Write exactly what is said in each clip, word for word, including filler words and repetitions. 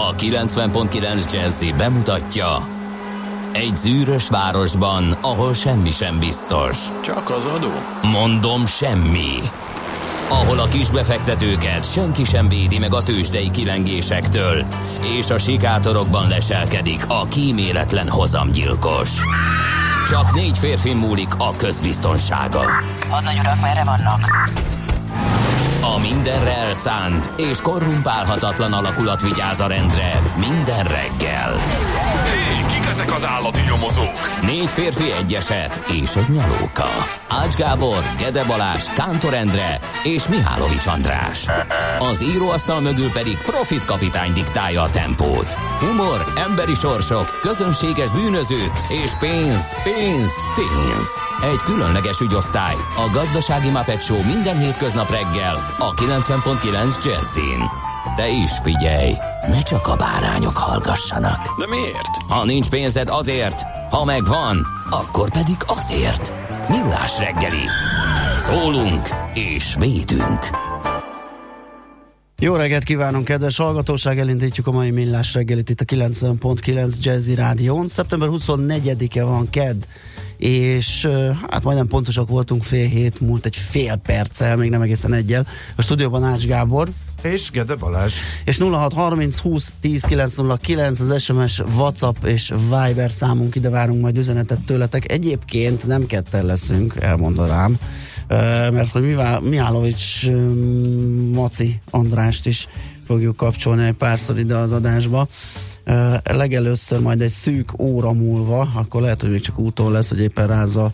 A kilencven pont kilenc Jazzy bemutatja: egy zűrös városban, ahol semmi sem biztos. Csak az adó? Mondom, semmi. Ahol a kisbefektetőket senki sem védi meg a tőzsdei kilengésektől, és a sikátorokban leselkedik a kíméletlen hozamgyilkos. Csak négy férfi múlik a közbiztonsága. Hadnagy urak, merre vannak? A mindenre elszánt és korrumpálhatatlan alakulat vigyáz a rendre minden reggel. Hé, kik ezek az állati nyomozók? Négy férfi, egy eset és egy nyalóka. Ács Gábor, Gede Balázs, Kántor Endre és Mihálovics András. Az íróasztal mögül pedig Profit kapitány diktálja a tempót. Humor, emberi sorsok, közönséges bűnözők és pénz, pénz, pénz. Egy különleges ügyosztály, a Gazdasági Muppet Show minden hétköznap reggel a kilencven pont kilenc Jazzyn. De is figyelj, ne csak a bárányok hallgassanak. De miért? Ha nincs pénzed, azért, ha megvan, akkor pedig azért. Millás reggeli. Szólunk és védünk. Jó reggelt kívánunk, kedves hallgatóság! Elindítjuk a mai Millás reggelit itt a kilencven pont kilenc Jazzy Rádión. szeptember huszonnegyedike van, kedd, és hát majdnem pontosak voltunk, fél hét múlt egy fél perccel, még nem egészen egyel. A stúdióban Ács Gábor és Gede Balázs. És nulla hat harminc húsz tíz kilenc nulla kilenc az es em es, WhatsApp és Viber számunk, ide várunk majd üzenetet tőletek. Egyébként nem ketten leszünk, elmondanám, mert hogy Mihálovics Maci Andrást is fogjuk kapcsolni egy párszor ide az adásba. Legelőször majd egy szűk óra múlva, akkor lehet, hogy még csak úton lesz, hogy éppen rázza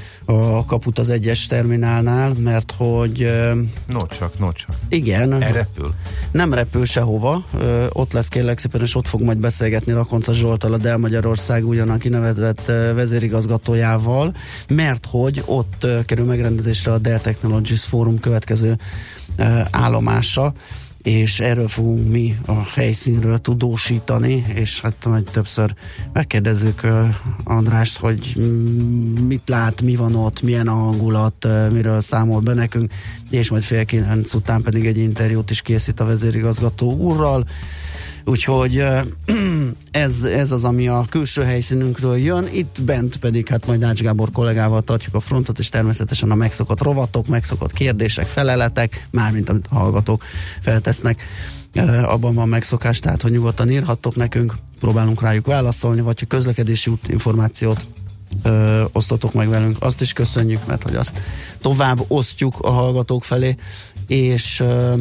a kaput az egyes terminálnál, mert hogy... No csak, no csak. Igen. Elrepül? Nem repül sehova, ö, ott lesz kérlek szépen, és ott fog majd beszélgetni Rakonca Zsolttal, a Dell Magyarország ugyanak kinevezett vezérigazgatójával, mert hogy ott ö, kerül megrendezésre a Dell Technologies Forum következő ö, állomása, és erről fogunk mi a helyszínről tudósítani, és hát majd többször megkérdezzük uh, Andrást, hogy mit lát, mi van ott, milyen a hangulat, uh, miről számol be nekünk, és majd fél kilenc után pedig egy interjút is készít a vezérigazgató úrral. Úgyhogy uh, ez, ez az, ami a külső helyszínünkről jön, itt bent pedig hát majd Ács Gábor kollégával tartjuk a frontot, és természetesen a megszokott rovatok, megszokott kérdések, feleletek, mármint amit a hallgatók feltesznek, uh, abban van megszokás, tehát hogy nyugodtan írhattok nekünk, próbálunk rájuk válaszolni, vagy hogy közlekedési útinformációt Ö, osztotok meg velünk, azt is köszönjük, mert hogy azt tovább osztjuk a hallgatók felé, és ö,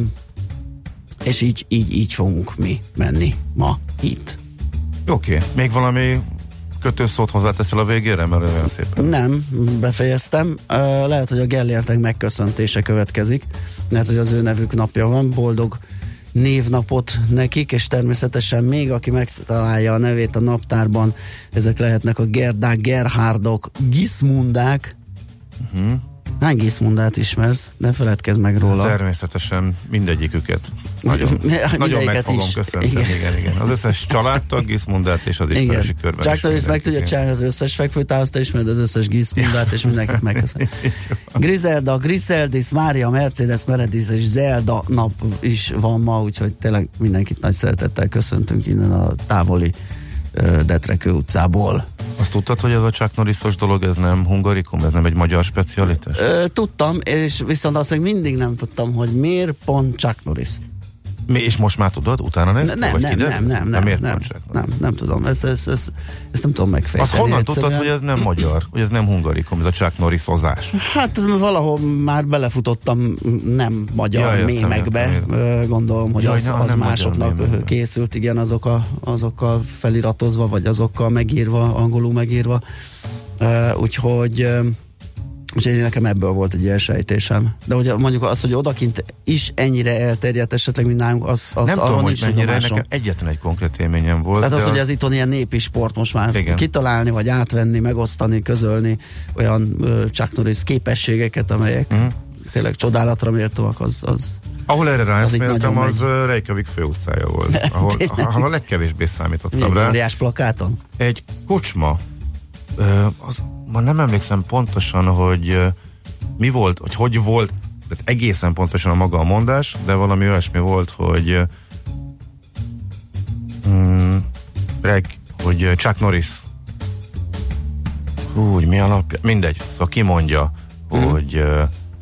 és így, így, így fogunk mi menni ma itt. Oké, okay. Még valami kötőszót hozzáteszel a végére, mert olyan szépen. Nem, befejeztem. Uh, lehet, hogy a Gellértek megköszöntése következik, mert hogy az ő nevük napja van, boldog névnapot nekik, és természetesen még aki megtalálja a nevét a naptárban, ezek lehetnek a Gerdák, Gerhardok, Gismundák. Uh-huh. Hány Gismundát ismersz? Ne feledkezz meg róla. Természetesen mindegyiküket. Nagyon, nagyon meg fogom köszönteni. Igen. igen, igen. Az összes családtag, Gismundát és az ismerősi körben. Csak Norris meg tudja csinálni az összes fekvőtához, te ismered az összes Gismundát, és mindenkit megköszön. Griselda, Griseldis, Mária, Mercedes, Meredith és Zelda nap is van ma, úgyhogy tényleg mindenkit nagy szeretettel köszöntünk innen a távoli uh, Detrekő utcából. Azt tudtad, hogy ez a Chuck Norrisos dolog, ez nem hungarikum, ez nem egy magyar specialitás? Ö, tudtam, és viszont azt még mindig nem tudtam, hogy miért pont Chuck Norris. Mi, és most már tudod? Utána néztél? Nem, nem, nem, nem, nem, nem, nem, nem, nem tudom, ezt, ezt, ezt, ezt nem tudom megfejteni. Azt honnan egyszerűen tudtad, hogy ez nem magyar, hogy ez nem hungarikum, ez a Chuck Norrisozás? Hát valahol már belefutottam nem magyar ja, mémekbe, gondolom, hogy Jaj, az, az nem másoknak készült, igen, azok a, azokkal feliratozva, vagy azokkal megírva, angolul megírva, uh, úgyhogy uh, Úgyhogy nekem ebből volt egy ilyen sejtésem. De ugye mondjuk az, hogy odakint is ennyire elterjedt esetleg, mint nálunk, az, az nem tudom, hogy mennyire, nekem egyetlen egy konkrét élményem volt. Tehát az, az, hogy ez itthon ilyen népi sport most már igen. kitalálni, vagy átvenni, megosztani, közölni olyan uh, Chuck Norris képességeket, amelyek uh-huh. tényleg csodálatra méltóak, az, az ahol erre ráeszméltem, az, az Reykjavik főutcája volt, ahol, ahol a legkevésbé számítottam rá. Óriás plakáton? Egy kocsma, uh, az ma nem emlékszem pontosan, hogy uh, mi volt, hogy hogy volt, tehát egészen pontosan a maga a mondás, de valami olyasmi volt, hogy uh, reg, hogy Chuck Norris úgy, mi alapja? Mindegy, szóval kimondja, mm. hogy uh,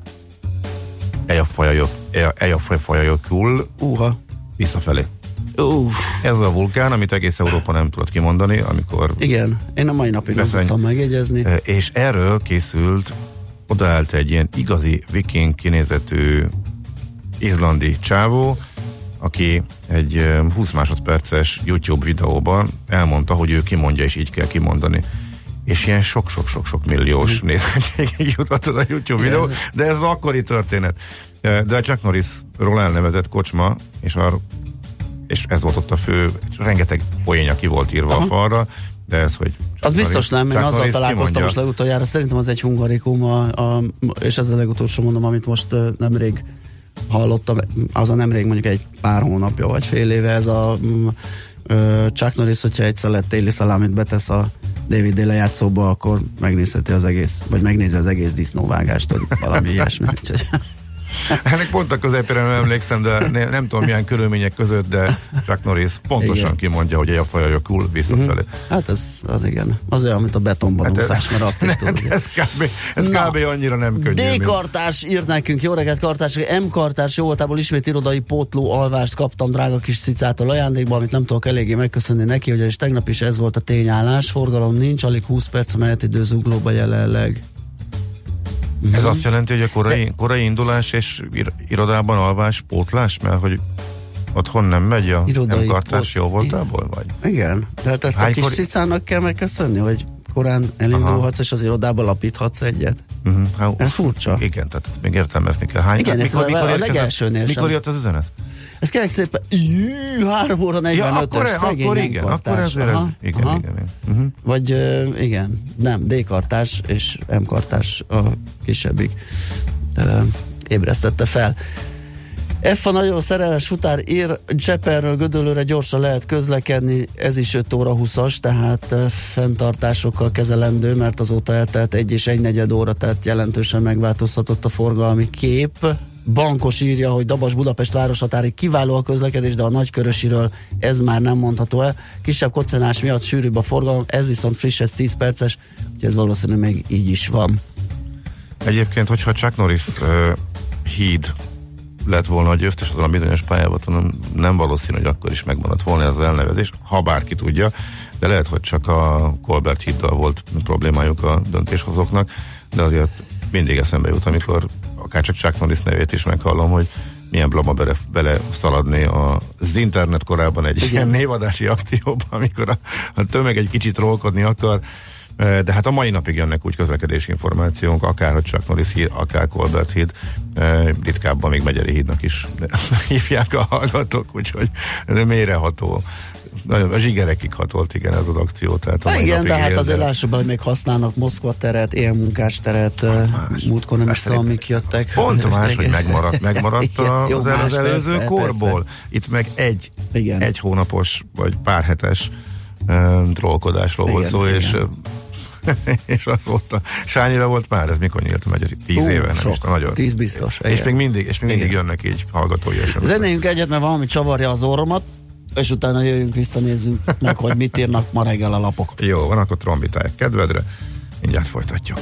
Eyjafjallajökull Uha. visszafelé. Uff. Ez a vulkán, amit egész Európa nem tudott kimondani, amikor... Igen, én a mai napig nem tudtam megjegyezni. És erről készült, odaállt egy ilyen igazi viking kinézetű izlandi csávó, aki egy húsz másodperces YouTube videóban elmondta, hogy ő kimondja, és így kell kimondani. És ilyen sok-sok-sok-sok milliós mm. nézettségig jutott az a YouTube videó, de ez az akkori történet. De a Chuck Norrisról elnevezett kocsma, és, a, és ez volt ott a fő, rengeteg poénja ki volt írva Aha. a falra, de ez, hogy Chuck az biztos Norris, nem, én azzal találkoztam most legutoljára, szerintem az egy hungarikum, a, a, és ez a legutolsó mondom, amit most uh, nemrég hallottam, az a nemrég mondjuk egy pár hónapja, vagy fél éve, ez a um, uh, Chuck Norris, hogyha egy szelet téli szalámit betesz a David Day lejátszóba, akkor megnézheti az egész, vagy megnézi az egész disznóvágást, vagy valami ilyesmi. Ennek pont a közepére nem emlékszem, de ne, nem tudom milyen körülmények között, de Chuck Norris pontosan igen. kimondja, hogy Eyjafjallajökull visszafelé. Uh-huh. Hát ez az igen. Az olyan, mint a betonban hát úszás, mert azt is tudod. Ez kb. Ez Na, kb. Annyira nem könnyű. D-kartárs írt nekünk, jó reggelt kartárs, M-kartárs jó voltából ismét irodai pótló alvást kaptam drága kis cicától ajándékba, amit nem tudok eléggé megköszönni neki, ugyanis tegnap is ez volt a tényállás, forgalom nincs, alig húsz perc a menetidő Zuglóba jelenleg. Ez uh-huh. azt jelenti, hogy a korai, De... korai indulás és ir- irodában alvás pótlás, mert hogy otthon nem megy a M-kartárs jó voltából, vagy? Igen, de hát ezt Hánykor... a kis cicának kell megköszönni, hogy korán elindulhatsz, Aha. és az irodában lapíthatsz egyet. Uh-huh. Hát, ez furcsa. Igen, tehát ezt még értelmezni kell. Hány, igen, mikor, ez mikor a legelsőnél Mikor jött az üzenet? Ez kell szépen, jú, három óra negyvenötös, ja, szegény akkor igen, akkor ezért ez, igen, igen, igen. Uh-huh. Vagy uh, igen, nem, D-kartás és M-kartás a kisebbik uh, ébresztette fel. F a nagyon szerelmes futár ír, Cseperről Gödöllőre gyorsan lehet közlekedni, ez is öt óra húszas, tehát uh, fenntartásokkal kezelendő, mert azóta eltelt egy és egy negyed óra, tehát jelentősen megváltozhatott a forgalmi kép. Bankos írja, hogy Dabas Budapest városhatárig kiváló a közlekedés, de a Nagykörösiről ez már nem mondható el. Kisebb koccanás miatt sűrűbb a forgalom, ez viszont friss, ez tíz perces, úgyhogy ez valószínűleg még így is van. Egyébként, hogyha Chuck Norris uh, híd lett volna a győztes azon a bizonyos pályábaton, nem valószínű, hogy akkor is megmaradt volna ez az elnevezés, ha bárki tudja, de lehet, hogy csak a Colbert híddal volt problémájuk a döntéshozóknak, de azért mindig eszembe jut, amikor akár csak Chuck Norris nevét is meghallom, hogy milyen blama bele, bele szaladni az internet korában egy Igen. ilyen névadási akcióban, amikor a, a tömeg egy kicsit rólkodni akar, de hát a mai napig jönnek úgy közlekedési információnk, akár a Chuck Norris híd, akár Colbert híd, ritkábban még Megyeri hídnak is hívják a hallgatók, úgyhogy mélyreható. Nagyon, a zsigerekig hatolt, igen, ez az akció. Tehát ha igen, de hát azért lássuk be, hogy még használnak Moszkva teret, élmunkáskás teret, múltkor nem is tudom, mik jöttek. Pont más, hogy megmaradt, megmaradt a, jó, az, más, az előző persze, korból. Persze. Itt meg egy, egy hónapos, vagy pár hetes um, trollkodásról igen, volt szó, igen. és és az volt a Sányira volt már, ez mikor nyílt a Megyeri? Tíz Hú, éve, nem sok, is, nagyon. Tíz biztos. És igen. még mindig, és még mindig jönnek így hallgatói esetek. Zenéljünk egyet, mert valami csavarja az orromat, és utána jöjjünk, visszanézzünk meg, hogy mit írnak ma reggel a lapok. Jó, van, akkor trombitálják kedvedre, mindjárt folytatjuk.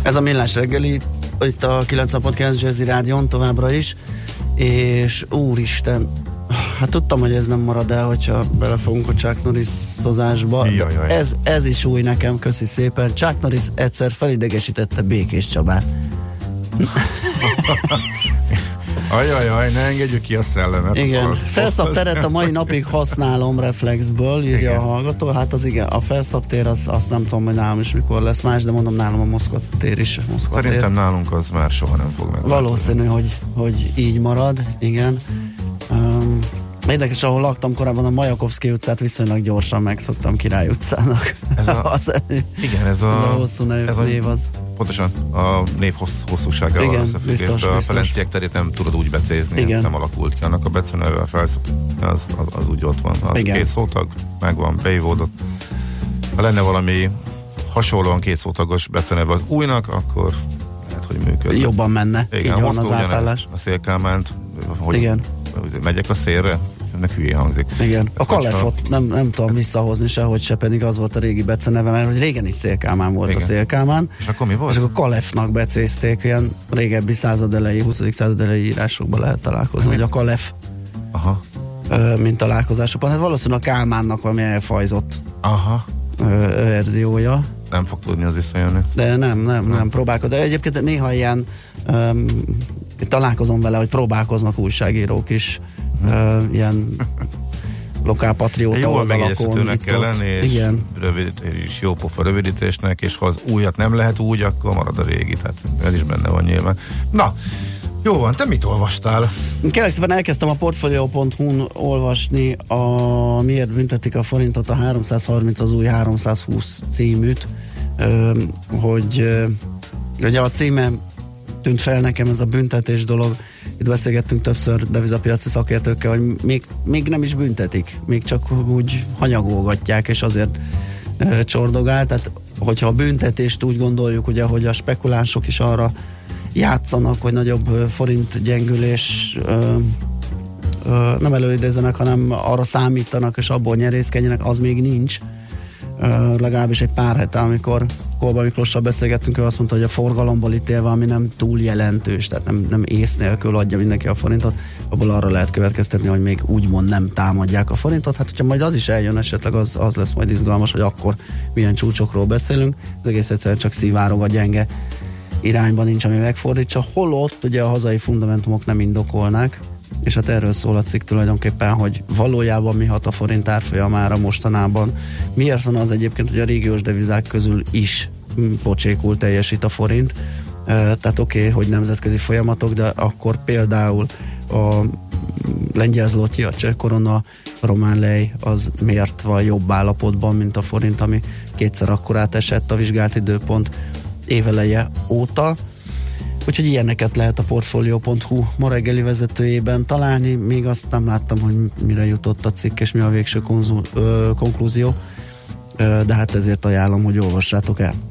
Ez a Millás reggeli, itt a kilencven pont kilenc Jazzy Rádion továbbra is, és úristen, hát tudtam, hogy ez nem marad el, hogyha belefogunk a Chuck Norris-szozásba. Ez, ez is új nekem, köszi szépen. Chuck Norris egyszer felidegesítette Békés Csabát. Ajajaj, ne engedjük ki a szellemet. Igen, felszab teret a mai napig használom reflexből, írja igen. a hallgató. Hát az igen, a felszab tér, az, azt nem tudom, hogy nálam is mikor lesz más, de mondom, nálam a Moszkva tér is. Moszkva Szerintem tér. Nálunk az már soha nem fog meg. Valószínű, hogy, hogy így marad, igen. Um, Érdekes, ahol laktam korábban, a Majakovszky utcát viszonylag gyorsan megszoktam Király utcának. Ez a, az, igen, ez a, ez a hosszú név, ez a, név az. Pontosan, a név hossz, hosszúságával összefüggés. A Ferenciek terét nem tudod úgy becézni, igen. nem alakult ki. Annak a beceneve, a felszab, az, az, az úgy ott van. Az igen. két szótag, megvan, beívódott. Ha lenne valami hasonlóan két szótagos beceneve az újnak, akkor lehet, hogy működne. Jobban menne. Igen, így van az átállás. A Szélkálmánt, hogy igen. megyek a szélre, ennek hülyén hangzik. Igen. A Kalefot nem, nem tudom visszahozni sehogy se, pedig az volt a régi beceneve, mert hogy régen is Szélkálmán volt. Igen. A Szélkálmán. És akkor mi volt? És akkor Kalefnak becézték, ilyen régebbi század elejé, huszadik század elejé írásokban lehet találkozni, hogy a Kalef aha. Ö, mint találkozásokban. Hát valószínűleg a Kálmánnak valami elfajzott aha. Ö, verziója. Nem fog tudni az visszajönni. De nem, nem, nem próbálkozom. De egyébként néha ilyen um, találkozom vele, hogy próbálkoznak újságírók is uh, ilyen lokálpatrióta oldalakon. Kell lenni, és igen. Rövidítés is jó pofa rövidítésnek, és ha az újat nem lehet úgy, akkor marad a régi. Tehát ez is benne van nyilván. Na, jó van, te mit olvastál? Kérlek szépen elkezdtem a portfolio pont hu-n olvasni a Miért büntetik a forintot a háromszázharminc az új háromszázhúsz címűt, hogy ugye a címe tűnt fel nekem, ez a büntetés dolog. Itt beszélgettünk többször devizapiaci szakértőkkel, hogy még, még nem is büntetik, még csak úgy hanyagolgatják, és azért e, csordogál. Tehát, hogyha a büntetést úgy gondoljuk, ugye, hogy a spekulánsok is arra játszanak, hogy nagyobb forint gyengülés ö, ö, nem előidézenek, hanem arra számítanak, és abból nyerészkedjenek, az még nincs. Ö, legalábbis egy pár hete, amikor Kolba Miklossal beszélgettünk, ő azt mondta, hogy a forgalomból ítélve, ami nem túl jelentős, tehát nem, nem ész nélkül adja mindenki a forintot, abból arra lehet következtetni, hogy még úgymond nem támadják a forintot. Hát, hogyha majd az is eljön esetleg, az, az lesz majd izgalmas, hogy akkor milyen csúcsokról beszélünk. Ez egész egyszerűen csak szivárog a gyenge irányban nincs, ami megfordítsa, holott ugye a hazai fundamentumok nem indokolnák, és hát erről szól a cikk tulajdonképpen, hogy valójában mi hat a forint árfolyamára mostanában. Miért van az egyébként, hogy a régiós devizák közül is pocsékul teljesít a forint, tehát oké, okay, hogy nemzetközi folyamatok, de akkor például a lengyel zloty, a cseh korona, a román lej, az miért van jobb állapotban, mint a forint, ami kétszer akkorát esett a vizsgált időpont éveleje óta. Úgyhogy ilyeneket lehet a portfolio pont hu ma reggeli vezetőjében találni, még azt nem láttam, hogy mire jutott a cikk, és mi a végső konzul, ö, konklúzió, ö, de hát ezért ajánlom, hogy olvassátok el.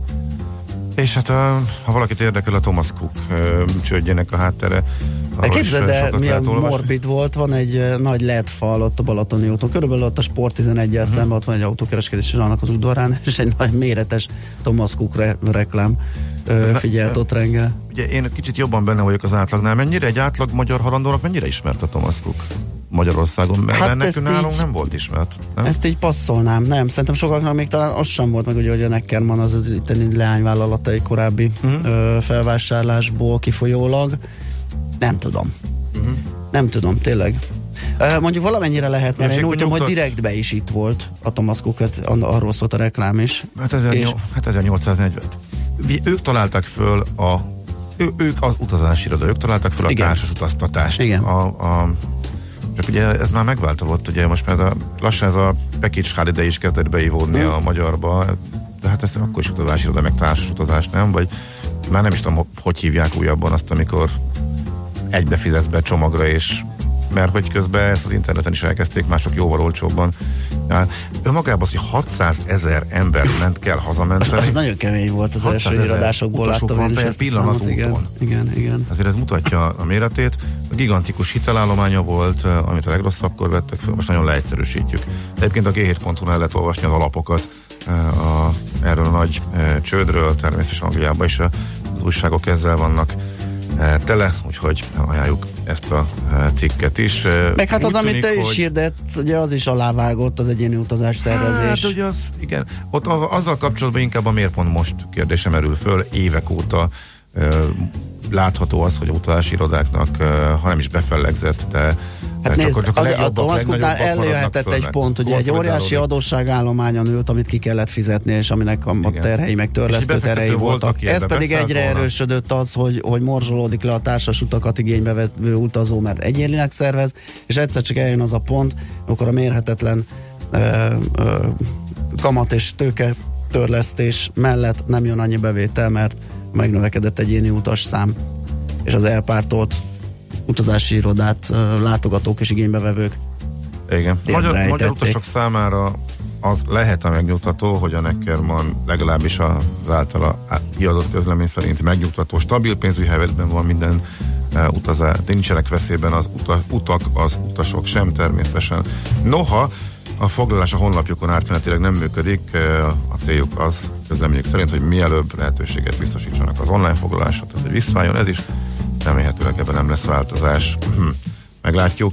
És hát ha valakit érdekel a Thomas Cook csődjének a háttere, képzeld el, milyen morbid volt, van egy uh, nagy el é dé fal ott a Balatoni úton, körülbelül ott a Sport tizeneggyel uh-huh. szemben, ott van egy autókereskedés annak az udvarán, és egy nagy méretes Thomas Cook re- reklám uh, figyelt ott reggel. Ugye én kicsit jobban benne vagyok az átlagnál, mennyire egy átlag magyar halandónak mennyire ismert a Thomas Cook Magyarországon, mert hát nekünk nálunk így, nem volt ismert. Nem? Ezt így passzolnám, nem, szerintem sokaknak még talán az sem volt meg, ugye, hogy a Neckermann az az itteni leányvállalatai korábbi uh-huh. uh, felvásárlásból kifolyólag. Nem tudom. Uh-huh. Nem tudom, tényleg. Uh, mondjuk valamennyire lehet, mert én úgy tudom, hogy direktbe is itt volt a Thomas Cook, arról szólt a reklám is. Hát, és... hát ezernyolcszáznegyven. Ők találták föl a ő, ők az utazási iroda, ők találták föl a igen. társas utaztatást. Igen. A, a, csak ugye ez már megváltozott, ugye most már ez a, lassan ez a package holiday is kezdett beivódni hmm. a magyarba, de hát ez akkor is utazási iroda, meg társas utazás, nem? Vagy már nem is tudom, hogy hívják újabban azt, amikor egybe fizetsz be csomagra, és mert hogy közben ezt az interneten is elkezdték már csak jóval olcsóbban. Önmagában az, hogy hatszázezer ember ment kell hazamenni. Az nagyon kemény volt az első irodásokból, láttam én is ezt pillanat úton. Igen, igen, igen. Azért ez mutatja a méretét. A gigantikus hitelállománya volt, amit a legrosszabbkor vettek föl, most nagyon leegyszerűsítjük. Egyébként a gé hét pont hu-n el lehet olvasni az alapokat, a, erről a nagy csődről, természetesen Angliában is az újságok ezzel vannak tele, úgyhogy ajánljuk ezt a cikket is. Meg hát úgy az, amit tűnik, te is hogy... hirdetsz, ugye az is alávágott, az egyéni utazás szervezés. Hát ugye az, igen, ott azzal kapcsolatban inkább a miért pont most kérdése merül föl, évek óta látható az, hogy a utazási irodáknak, ha nem is befellegzett, de hát nézd, az, a Thomas Cooknál eljöhetett egy pont, hogy egy óriási adósságállományon ült, amit ki kellett fizetni, és aminek a igen. terhei, meg törlesztő terhei voltak. Ez pedig egyre volna. Erősödött az, hogy, hogy morzsolódik le a társas utakat igénybe vevő utazó, mert egyénileg szervez, és egyszer csak eljön az a pont, akkor a mérhetetlen ö, ö, kamat és tőke törlesztés mellett nem jön annyi bevétel, mert megnövekedett egyéni utasszám, és az elpártolt utazási irodát látogatók és igénybevevők. Igen. Magyar, magyar utasok számára az lehet a megnyugtató, hogy a Neckermann legalábbis az általa kiadott közlemény szerint megnyugtató, stabil pénzügyi helyzetben van minden uh, utazás, nincsenek veszélyben az uta, utak, az utasok sem természetesen. Noha a foglalás a honlapjukon átmenetileg nem működik, a céljuk az közleményük szerint, hogy mielőbb lehetőséget biztosítsanak az online foglalásra, tehát hogy visszaálljon ez is, remélhetőleg ebben nem lesz változás. Meglátjuk.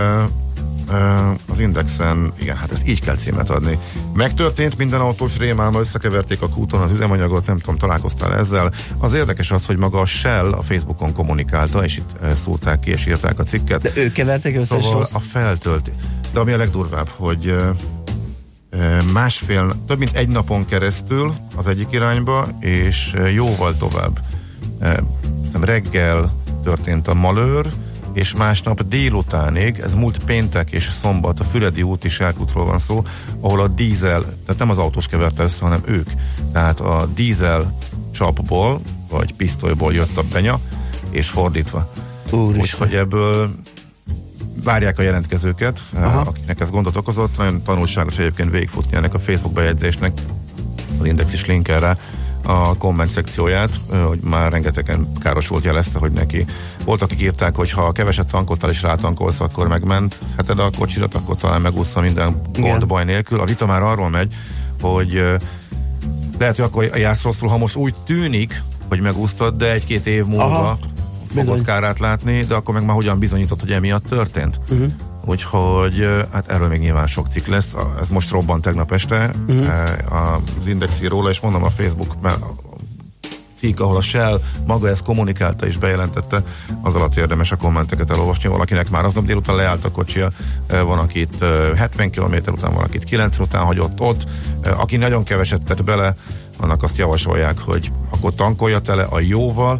Az Indexen, igen, hát ezt így kell címet adni. Megtörtént minden autós rémálma, összekeverték a kúton az üzemanyagot, nem tudom, találkoztál ezzel. Az érdekes az, hogy maga a Shell a Facebookon kommunikálta, és itt szólták ki, és írták a cikket. De ők keverték össze, szóval a feltölti. De ami a legdurvább, hogy másfél, több mint egy napon keresztül az egyik irányba, és jóval tovább. Reggel történt a malőr, és másnap délutánig, ez múlt péntek és szombat, a Füredi úti Selkútról van szó, ahol a dízel, tehát nem az autós keverte össze, hanem ők. Tehát a dízel csapból, vagy pisztolyból jött a benya, és fordítva. Úgyhogy ebből várják a jelentkezőket, aha, akiknek ez gondot okozott. Nagyon tanulságos egyébként végigfutni ennek a Facebook bejegyzésnek, az Index is linkel rá a komment szekcióját, hogy már rengetegen károsult jelezte, hogy neki volt, akik írták, hogy ha keveset tankoltál és rátankolsz, akkor megment heted a kocsirat, akkor talán megúszza minden gond baj nélkül. A vita már arról megy, hogy lehet, hogy akkor jársz rosszul, ha most úgy tűnik, hogy megúsztad, de egy-két év múlva aha, fogod bizony kárát látni, de akkor meg már hogyan bizonyított, hogy emiatt történt. Uh-huh. Úgyhogy hát erről még nyilván sok cikk lesz. Ez most robbant tegnap este uh-huh. az Index ír róla, és mondom a Facebook cikk, ahol a Shell maga ezt kommunikálta és bejelentette, az alatt érdemes a kommenteket elolvasni. Valakinek már aznap délután leállt a kocsia, van akit hetven kilométer után, van akit kilencven után hagyott ott. Aki nagyon keveset tett bele, annak azt javasolják, hogy akkor tankolja tele a jóval,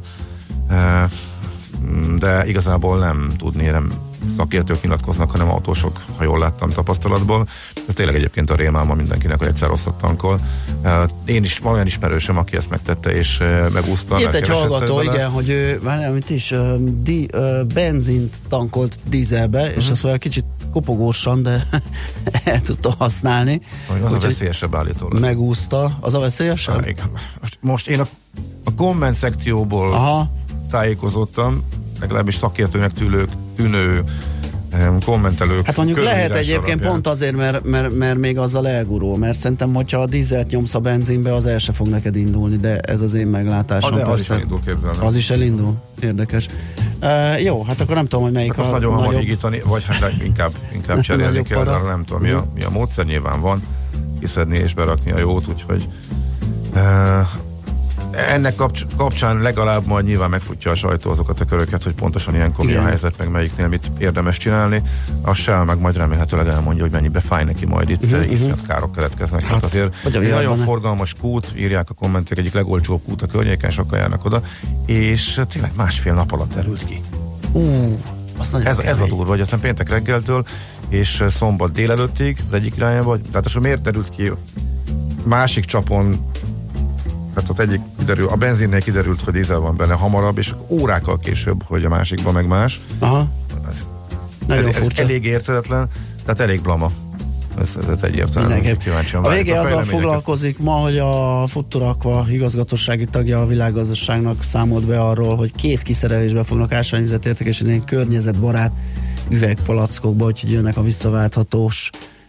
de igazából nem tudni, nem szakértők nyilatkoznak, hanem autósok, ha jól láttam tapasztalatból. Ez tényleg egyébként a rémálma mindenkinek, hogy egyszer rosszat tankol. Én is, van olyan ismerősöm, aki ezt megtette, és megúszta. Itt egy hallgató, igen, hogy ő, várjál, amit is, di, benzint tankolt dízelbe, uh-huh. és azt olyan kicsit kopogósan, de el tudta használni. Az úgy, a veszélyesebb állítólag. Megúszta. Az a veszélyesebb? Ah, igen. Most, most én a, a komment szekcióból aha. tájékozottam, legalábbis szakértőnek tűlők, tűnő kommentelők. Hát mondjuk lehet egyébként alapján. Pont azért, mert, mert, mert még azzal elgurul, mert szerintem, hogyha a dízelt nyomsz a benzinbe, az el se fog neked indulni, de ez az én meglátásom. Ah, az is elindul, képzelni. Az is elindul. Érdekes. Uh, jó, hát akkor nem tudom, hogy melyik hát a nagyon hamar higítani, vagy hát inkább, inkább cserélni kell, arra nem tudom, mi a, mi a módszer, nyilván van, kiszedni és berakni a jót, úgyhogy uh, ennek kapcs- kapcsán legalább majd nyilván megfutja a sajtó azokat a köröket, hogy pontosan ilyenkor mi a helyzet, meg melyiknél mit érdemes csinálni. A Shell meg majd remélhetőleg elmondja, hogy mennyibe fáj neki majd itt, uh-huh. iszonyat károk keletkeznek. Hát, azért egy nagyon forgalmas kút, írják a kommentek, egyik legolcsóbb kút a környéken, sokan járnak oda, és tényleg másfél nap alatt derült ki. Uh, ez, ez a durva, hogy aztán péntek reggeltől és szombat délelőttig az egyik irányába, tehát az, miért derült ki másik csapon. Tehát ott egyik kiderül, a benzinnél kiderült, hogy dízel van benne hamarabb, és órákkal később, hogy a másikban meg más. Aha. Ez, Nagyon ez, furcsa. Ez elég érthetetlen, tehát elég blama. Ez, ez egyértelmű. A végé azzal foglalkozik ma, hogy a Futurakva igazgatósági tagja a világgazdaságnak számolt be arról, hogy két kiszerelésbe fognak ásványvizet értékesíteni környezetbarát üvegpalackokba, úgyhogy jönnek a visszaválthatós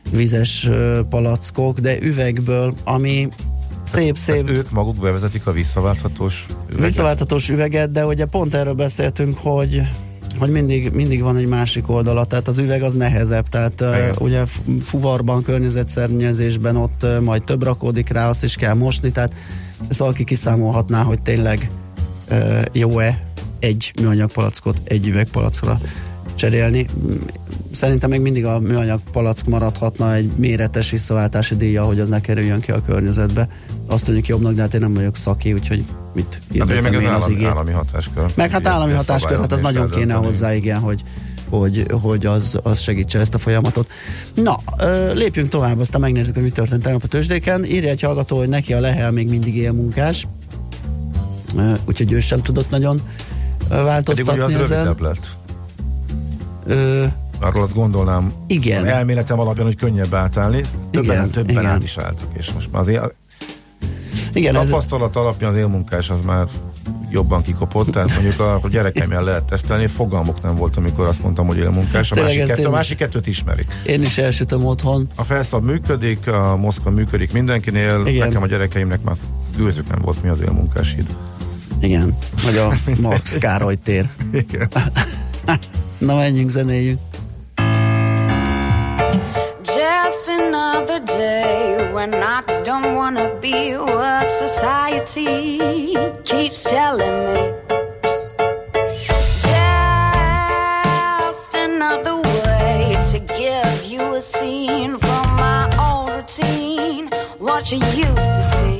vizes ö, palackok, de üvegből, ami szép, szép. Tehát ők maguk bevezetik a visszaválthatós üveget? Visszaválthatós üveget, de ugye pont erről beszéltünk, hogy hogy mindig, mindig van egy másik oldala, tehát az üveg az nehezebb, tehát uh, ugye fuvarban, környezetszennyezésben ott uh, majd több rakódik rá, azt is kell mosni, tehát szóval ki kiszámolhatná, hogy tényleg uh, jó-e egy műanyag palackot egy üvegpalackra cserélni. Szerintem még mindig a műanyag palack maradhatna egy méretes visszaváltási díja, hogy az ne kerüljön ki a környezetbe. Azt tűnik jobbnak, de hát én nem vagyok szaki, úgyhogy mit hirdetem hát, én az, állami, az állami hatáskör. Meg hát állami hatáskör, hát az nagyon kéne hozzá, igen, hogy, hogy, hogy az, az segítse ezt a folyamatot. Na, lépjünk tovább, aztán megnézzük, hogy mi történt tegnap a tőzsdéken. Írja egy hallgató, hogy neki a Lehel még mindig élmunkás, úgyhogy ő sem tudott nagyon változtatni ezen. Pedig ugye az ezen. rövidebb lett. Ö, Arról azt gondolnám, igen. Az elméletem alapján, hogy könnyebb átállni. Többen, igen, többen igen. át is álltak, és most már az él... igen, tapasztalat ez... alapján az élmunkás az már jobban kikopott, tehát mondjuk a, a gyerekemmel lehet tesztelni, fogalmuk nem volt, amikor azt mondtam, hogy élmunkás, a másik, kettő, a másik kettőt ismerik. Én is elsütöm otthon. A felszab működik, a Moszkva működik mindenkinél, igen. Nekem a gyerekeimnek már gőzük nem volt, mi az élmunkás híd. Igen, vagy a Max Károly tér. Igen. Na, menjünk, zenéljünk. Just another day when I don't wanna be what society keeps telling me. Just another way to give you a scene from my old routine, what you used to see.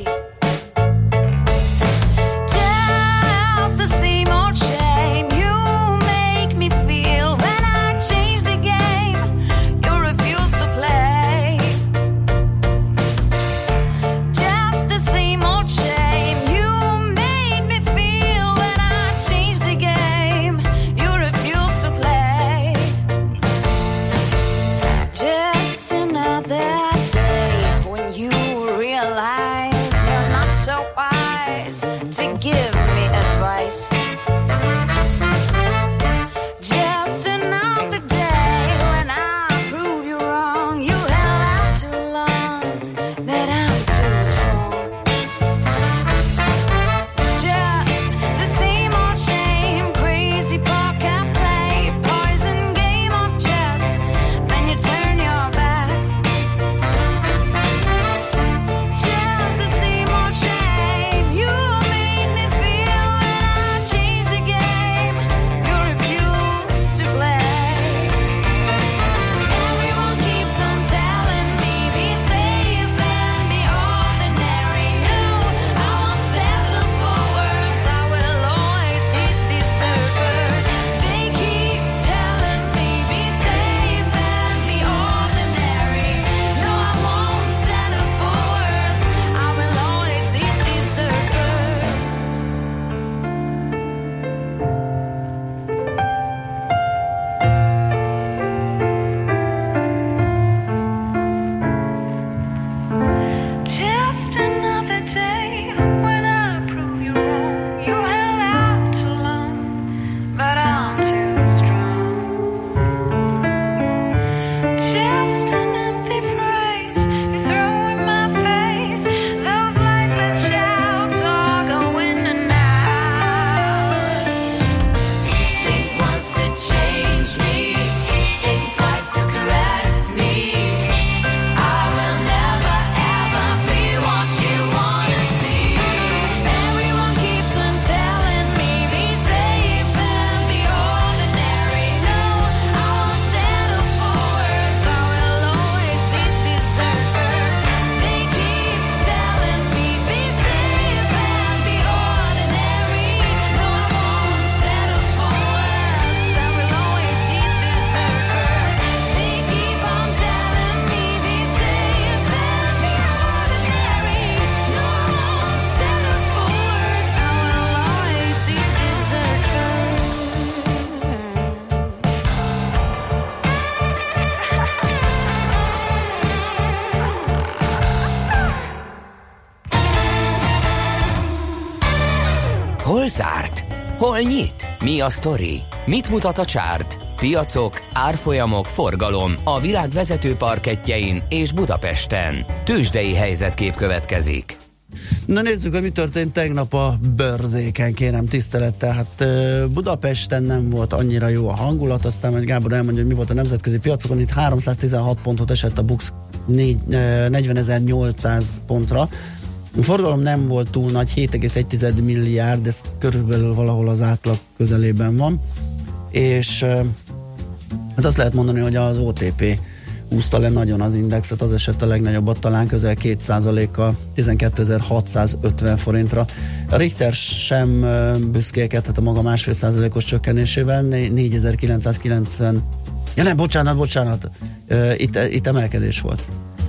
Hol zárt? Hol nyit? Mi a sztori? Mit mutat a csárt? Piacok, árfolyamok, forgalom a világ vezető parkettjein és Budapesten. Tőzsdei helyzetkép következik. Na nézzük, hogy mi történt tegnap a börzéken, kérem tisztelettel. Hát Budapesten nem volt annyira jó a hangulat, aztán majd Gábor elmondja, hogy mi volt a nemzetközi piacokon. Itt háromszáztizenhat pontot esett a Bux negyvenezer-nyolcszáz pontra. A forgalom nem volt túl nagy, hét egész egy milliárd, ez körülbelül valahol az átlag közelében van. És hát azt lehet mondani, hogy az o té pé húzta le nagyon az indexet, az esett a legnagyobbat, talán közel két százalékkal, tizenkétezer-hatszázötven forintra. A Richter sem büszkélkedhet a maga másfél százalékos csökkenésével, négyezer-kilencszázkilencven, ja nem, bocsánat, bocsánat, itt, itt emelkedés volt.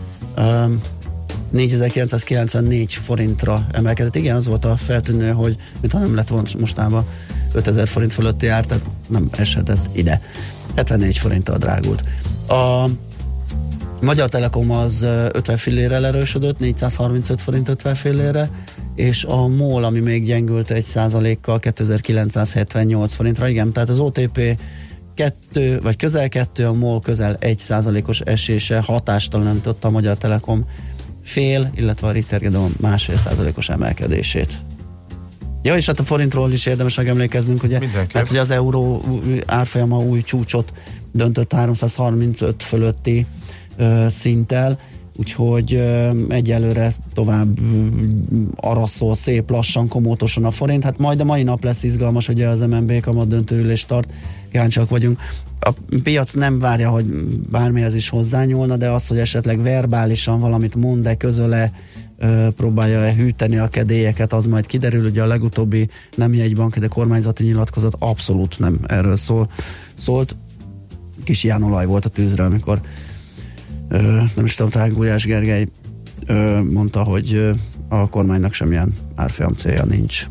négyezer-kilencszázkilencvennégy forintra emelkedett. Igen, az volt a feltűnő, hogy mintha nem lett volna mostában ötezer forint fölötti ár, tehát nem eshetett ide. hetvennégy forinttal drágult. A Magyar Telekom az ötven fillérrel erősödött, négyszázharmincöt forint ötven fillérre, és a MOL, ami még gyengült egy százalékkal, kétezer-kilencszázhetvennyolc forintra. Igen, tehát az o té pé kettő, vagy közel kettő, a MOL közel egy százalékos esése hatástalanította a Magyar Telekom fél, illetve a Richter Gedeon másfél százalékos emelkedését. Ja, és hát a forintról is érdemes megemlékeznünk, ugye, hát, hogy az euró árfolyama új csúcsot döntött háromszázharmincöt fölötti uh, szinttel, úgyhogy uh, egyelőre tovább uh, araszol szép lassan, komótosan a forint. Hát majd a mai nap lesz izgalmas, ugye az em en bé kamat döntő ülést tart, kíváncsiak vagyunk. A piac nem várja, hogy bármihez is hozzányúlna, de az, hogy esetleg verbálisan valamit mond, de közöle ö, próbálja hűteni a kedélyeket, az majd kiderül. Ugye a legutóbbi nem jegybanki, de kormányzati nyilatkozat abszolút nem erről szól, szólt. Kis ilyen olaj volt a tűzre, amikor ö, nem is tudom, talán Gulyás Gergely ö, mondta, hogy ö, a kormánynak semmilyen árfolyam célja nincs.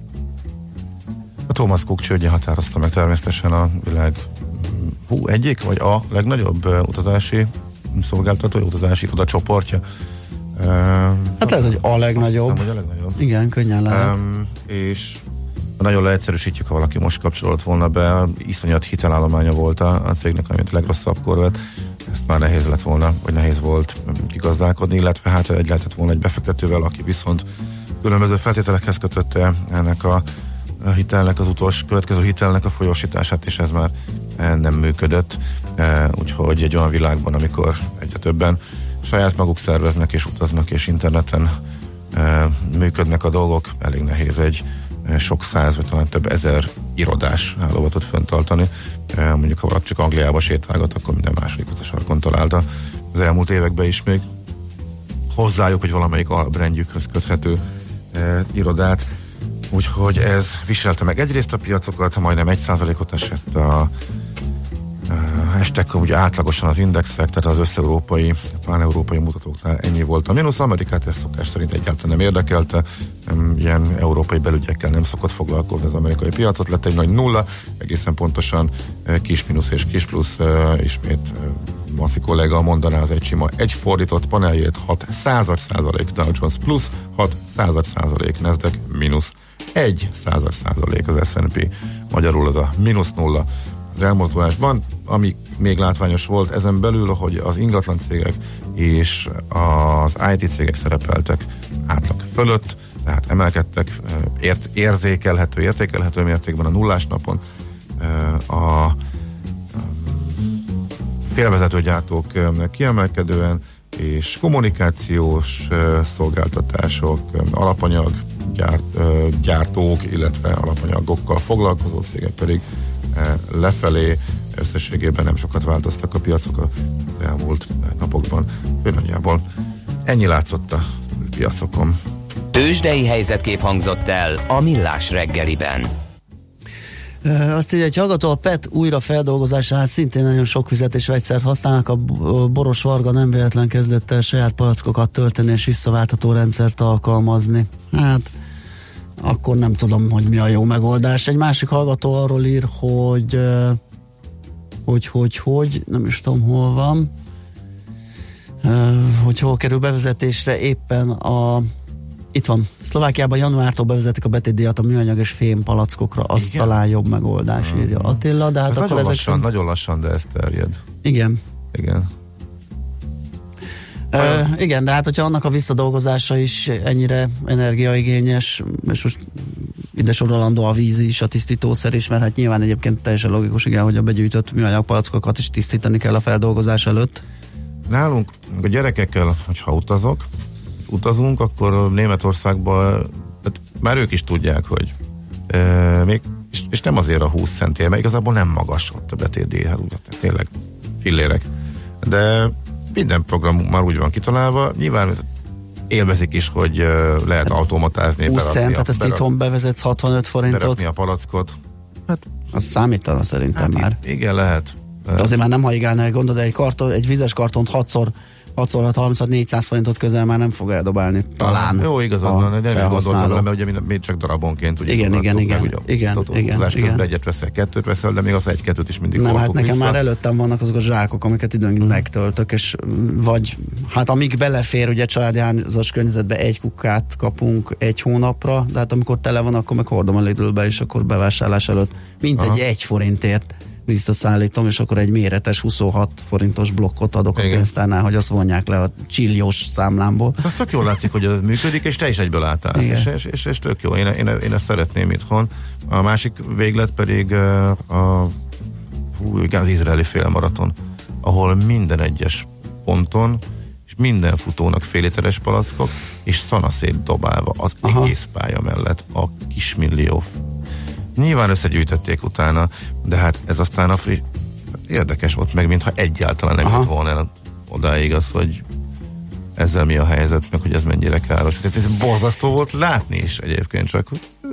A Thomas Cook csődje határozta meg természetesen a világ hú, egyik, vagy a legnagyobb uh, utazási szolgáltató, utazási iroda csoportja. Uh, hát lehet, hogy a legnagyobb. Hiszem, hogy a legnagyobb. Igen, könnyen lehet. Um, és nagyon leegyszerűsítjük, ha valaki most kapcsolódott volna be, iszonyat hitelállománya volt a, a cégnek, amit legrosszabb korvet. Ezt már nehéz lett volna, vagy nehéz volt kigazdálkodni, illetve hát egy lehetett volna egy befektetővel, aki viszont különböző feltételekhez kötötte ennek a a hitelnek, az utolsó következő hitelnek a folyósítását, és ez már nem működött. Úgyhogy egy olyan világban, amikor egyre többen saját maguk szerveznek és utaznak, és interneten működnek a dolgok, elég nehéz egy sok száz, vagy talán több ezer irodás hálózatot fenntartani. Mondjuk, ha valaki csak Angliába sétálgat, akkor minden második a sarkon találta az elmúlt években is még hozzájuk, hogy valamelyik albrandjükhöz köthető irodát. Úgyhogy ez viselte meg egyrészt a piacokat, majdnem egy százalékot esett a, a estek ugye átlagosan az indexek, tehát az összeurópai, pán-európai mutatóknál ennyi volt a mínusz. Amerikát ez szokás szerint egyáltalán nem érdekelte, ilyen európai belügyekkel nem szokott foglalkozni az amerikai piacot, lett egy nagy nulla, egészen pontosan kis mínusz és kis plusz, ismét Maszi kolléga mondaná az egy sima egy fordított paneljét, hat század százalék Dow Jones plusz, hat század százalék Nasdaq mínusz, egy század százalék az es and pé, magyarul az a mínusz nulla az elmozdulásban, ami még látványos volt ezen belül, hogy az ingatlan cégek és az i té cégek szerepeltek átlag fölött, tehát emelkedtek ért, érzékelhető, értékelhető mértékben a nullás napon. A félvezetőgyártók kiemelkedően, és kommunikációs szolgáltatások, alapanyag gyárt, gyártók, illetve alapanyagokkal foglalkozó cégek pedig lefelé. Összességében nem sokat változtak a piacok az elmúlt napokban. Nagyjából ennyi látszott a piacokon. Tőzsdei helyzetkép hangzott el a Millás reggeliben. Azt írja, hogy hallgató, a pé e té újra feldolgozásához szintén nagyon sok vizet és vegyszert használnak. A Boros Varga nem véletlen kezdett el saját palackokat tölteni és visszaváltható rendszert alkalmazni. Hát akkor nem tudom, hogy mi a jó megoldás. Egy másik hallgató arról ír, hogy hogy, hogy, hogy, nem is tudom, hol van, hogy hol kerül bevezetésre éppen a Itt van. Szlovákiában januártól bevezetik a betétdíjat a műanyag és fém palackokra. Az igen? Talán jobb megoldás, hmm. írja Attila. De hát ez akkor nagyon, ezek lassan, szerint... nagyon lassan, de ez terjed. Igen. Igen. Ö, igen, de hát hogyha annak a visszadolgozása is ennyire energiaigényes, és most ide sorolandó a víz is, a tisztítószer is, mert hát nyilván egyébként teljesen logikus, igen, hogy a begyűjtött műanyag palackokat is tisztítani kell a feldolgozás előtt. Nálunk a gyerekekkel, hogyha utazok, utazunk, akkor Németországban már ők is tudják, hogy e, még, és, és nem azért a húsz centér, mert igazából nem magas ott a betétdíj, hát úgy, tényleg fillérek. De minden program már úgy van kitalálva, nyilván élvezik is, hogy uh, lehet hát automatázni. húsz cent, hát ezt itthon bevezetsz hatvanöt forintot. Berakni a palackot. Hát, az számítana szerintem hát már. Igen, lehet. De azért már nem haigálnál, gondolod, egy, karton, egy vizes kartont hatszor hatszor harminc négyszáz forintot közel már nem fog eldobálni. Talán. Jó, igazad van, de nem is gondoltam vele, mert ugye még csak darabonként ugye igen, igen, igen, meg, ugye, igen, igen, igen, igen. Egyet veszel, kettőt veszel, de még az egy-kettőt is mindig nem, hát nekem vissza. Már előttem vannak azok a zsákok, amiket időnként hmm. megtöltök, és vagy hát amíg belefér, ugye családi házas környezetbe egy kukkát kapunk egy hónapra, de hát amikor tele van, akkor meg hordom a Lidlbe, és akkor bevásárlás előtt mint egy egy forintért visszaszállítom, és akkor egy méretes huszonhat forintos blokkot adok igen. a pénztárnál, hogy azt vonják le a csilliós számlámból. Azt tök jól látszik, hogy ez működik, és te is egyből átállsz, és, és, és, és tök jó. Én, én, én ezt szeretném itthon. A másik véglet pedig a hú, az izraeli félmaraton, ahol minden egyes ponton és minden futónak fél literes palackok, és szanaszét dobálva az aha. egész pálya mellett a kismillió. Nyilván összegyűjtötték utána, de hát ez aztán a friss, érdekes ott meg, mintha egyáltalán nem jött volna el odáig az, hogy ezzel mi a helyzet, meg hogy ez mennyire káros. Tehát ez borzasztó volt látni is egyébként, csak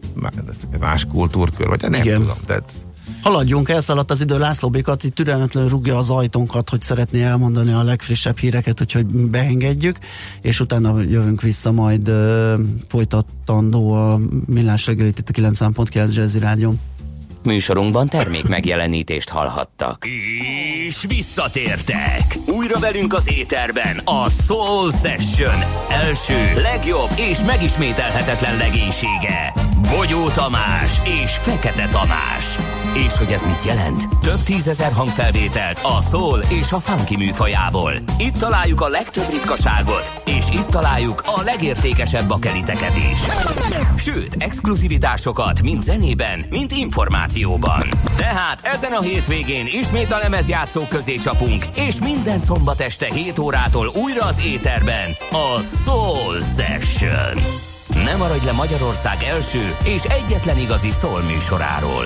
más kultúrkör, vagy nem igen. tudom. Tehát haladjunk, elszaladt az idő, László Békat itt türelmetlenül rúgja az ajtónkat, hogy szeretné elmondani a legfrissebb híreket, úgyhogy beengedjük, és utána jövünk vissza, majd uh, folytatandó a Millás reggelit itt a kilencven pont kilenc Jazzy Rádión. Műsorunkban termék megjelenítést hallhattak. És visszatértek! Újra velünk az éterben a Soul Session első, legjobb és megismételhetetlen legénysége. Bogyó Tamás és Fekete Tamás. És hogy ez mit jelent? Több tízezer hangfelvételt a soul és a funky műfajából. Itt találjuk a legtöbb ritkaságot, és itt találjuk a legértékesebb bakeliteket is. Sőt, exkluzivitásokat mind zenében, mind információban. Tehát ezen a hétvégén ismét a lemezjátszó közé csapunk, és minden szombat este hét órától újra az éterben a Soul Session. Ne maradj le Magyarország első és egyetlen igazi soul műsoráról.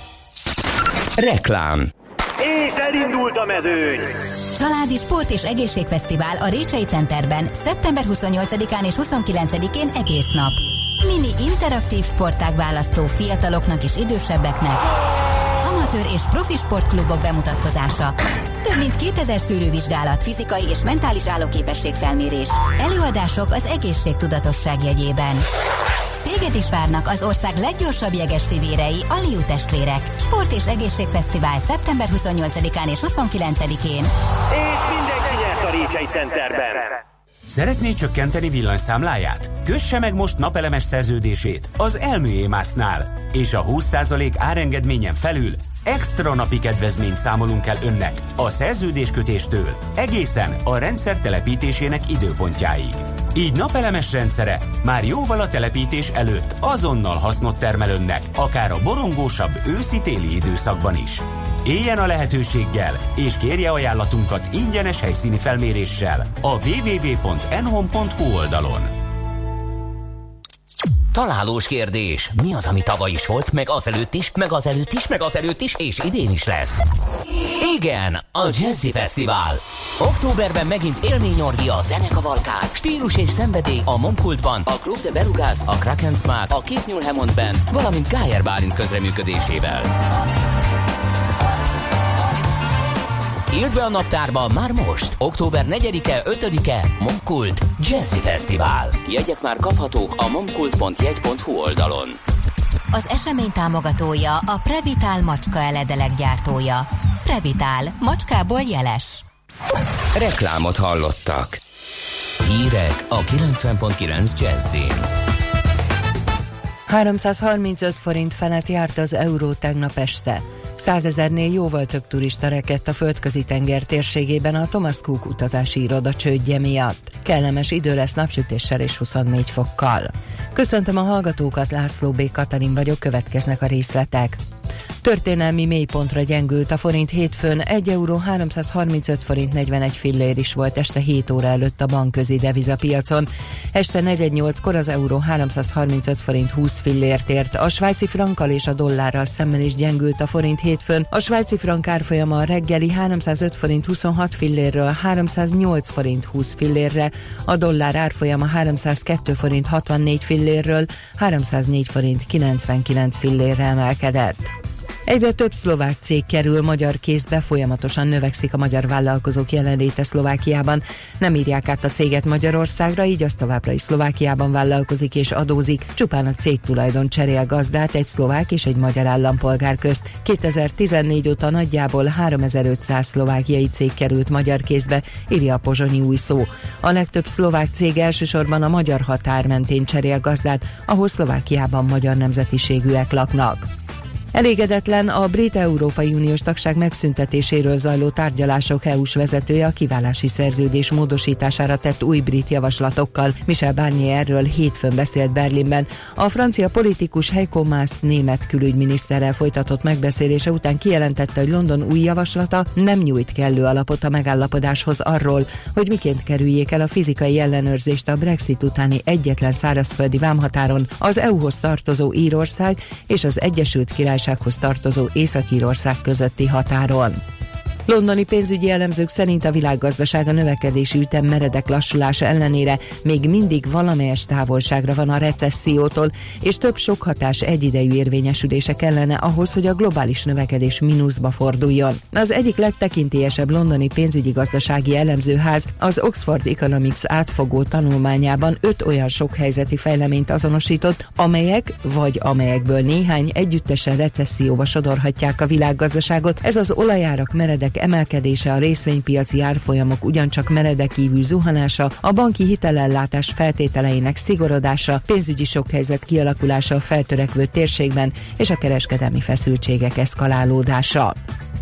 Reklám. És elindult a mezőny! Családi Sport és Egészségfesztivál a Récsei Centerben szeptember huszonnyolcadikán és huszonkilencedikén egész nap. Mini interaktív sportág választó fiataloknak és idősebbeknek, amatőr és profi sportklubok bemutatkozása, több mint kétezer szűrővizsgálat, fizikai és mentális állóképességfelmérés, előadások az egészségtudatosság jegyében. Téged is várnak az ország leggyorsabb jegesfivérei, a Liu testvérek. Sport és Egészségfesztivál szeptember huszonnyolcadikán és huszonkilencedikén. És mindenki nyert a Récsei Centerben! Szeretné csökkenteni villanyszámláját? Kösse meg most napelemes szerződését az Elmű-Émásznál, és a húsz százalék árengedményen felül extra napi kedvezményt számolunk el önnek a szerződéskötéstől egészen a rendszer telepítésének időpontjáig. Így napelemes rendszere már jóval a telepítés előtt azonnal hasznot termel önnek, akár a borongósabb őszi-téli időszakban is. Éljen a lehetőséggel, és kérje ajánlatunkat ingyenes helyszíni felméréssel a double-u double-u double-u pont enhome pont hu oldalon. Találós kérdés. Mi az, ami tavaly is volt, meg azelőtt is, meg azelőtt is, meg azelőtt is, és idén is lesz? Igen, a Jazzy Fesztivál. Októberben megint élményorgia, a zenekavalkád, stílus és szenvedély a Momkultban, a Club de Belugas, a Krakensmark, a Két Nyúl Hammond Band, valamint Gájer Bálint közreműködésével. Írd be a naptárba már most! október negyedike, ötödike Momkult Jazzy Fesztivál. Jegyek már kaphatók a momkult pont jegy pont hu oldalon. Az esemény támogatója a Previtál macska eledelyek gyártója. Previtál, macskából jeles. Reklámot hallottak. Hírek a kilencven pont kilenc Jazzin. háromszázharmincöt forint felett járt az euró tegnap este. Százezernél jóval több turista rekedt a földközi tenger térségében a Thomas Cook utazási iroda csődje miatt. Kellemes idő lesz napsütéssel és huszonnégy fokkal. Köszöntöm a hallgatókat, László B. Katalin vagyok, következnek a részletek. Történelmi mélypontra gyengült a forint hétfőn, egy euró háromszázharmincöt forint negyvenegy fillér is volt este hét óra előtt a bankközi devizapiacon. Este negyvennyolckor az euró háromszázharmincöt forint húsz fillért ért, a svájci frankkal és a dollárral szemben is gyengült a forint hétfőn. A svájci frank árfolyama a reggeli háromszázöt forint huszonhat fillérről háromszáznyolc forint húsz fillérre, a dollár árfolyama háromszázkettő forint hatvannégy fillérről háromszáznégy forint kilencvenkilenc fillérre emelkedett. Egyre több szlovák cég kerül magyar kézbe, folyamatosan növekszik a magyar vállalkozók jelenléte Szlovákiában. Nem írják át a céget Magyarországra, így az továbbra is Szlovákiában vállalkozik és adózik. Csupán a cég tulajdon cserél gazdát egy szlovák és egy magyar állampolgár közt. kétezer-tizennégy óta nagyjából háromezer-ötszáz szlovákiai cég került magyar kézbe, írja a Pozsonyi Új Szó. A legtöbb szlovák cég elsősorban a magyar határ mentén cserél gazdát, ahol Szlovákiában magyar nemzetiségűek laknak. Elégedetlen a brit Európai Uniós tagság megszüntetéséről zajló tárgyalások é u-s vezetője a kiválási szerződés módosítására tett új brit javaslatokkal. Michel Barnier erről hétfőn beszélt Berlinben. A francia politikus Heiko Maas német külügyminiszterrel folytatott megbeszélése után kijelentette, hogy London új javaslata nem nyújt kellő alapot a megállapodáshoz arról, hogy miként kerüljék el a fizikai ellenőrzést a Brexit utáni egyetlen szárazföldi vámhatáron az é u-hoz tartozó Írország és az Egyesült Királyság tartozó Észak-Írország közötti határon. Londoni pénzügyi elemzők szerint a világgazdaság a növekedési ütem meredek lassulása ellenére még mindig valamelyes távolságra van a recessziótól, és több sok hatás egyidejű érvényesülése kellene ahhoz, hogy a globális növekedés mínuszba forduljon. Az egyik legtekintélyesebb londoni pénzügyi gazdasági elemzőház az Oxford Economics átfogó tanulmányában öt olyan sok helyzeti fejleményt azonosított, amelyek vagy amelyekből néhány együttesen recesszióba sodorhatják a világgazdaságot. Ez az olajárak meredek emelkedése, a részvénypiaci árfolyamok ugyancsak meredekívű zuhanása, a banki hitelellátás feltételeinek szigorodása, pénzügyi sokkhelyzet kialakulása a feltörekvő térségben és a kereskedelmi feszültségek eszkalálódása.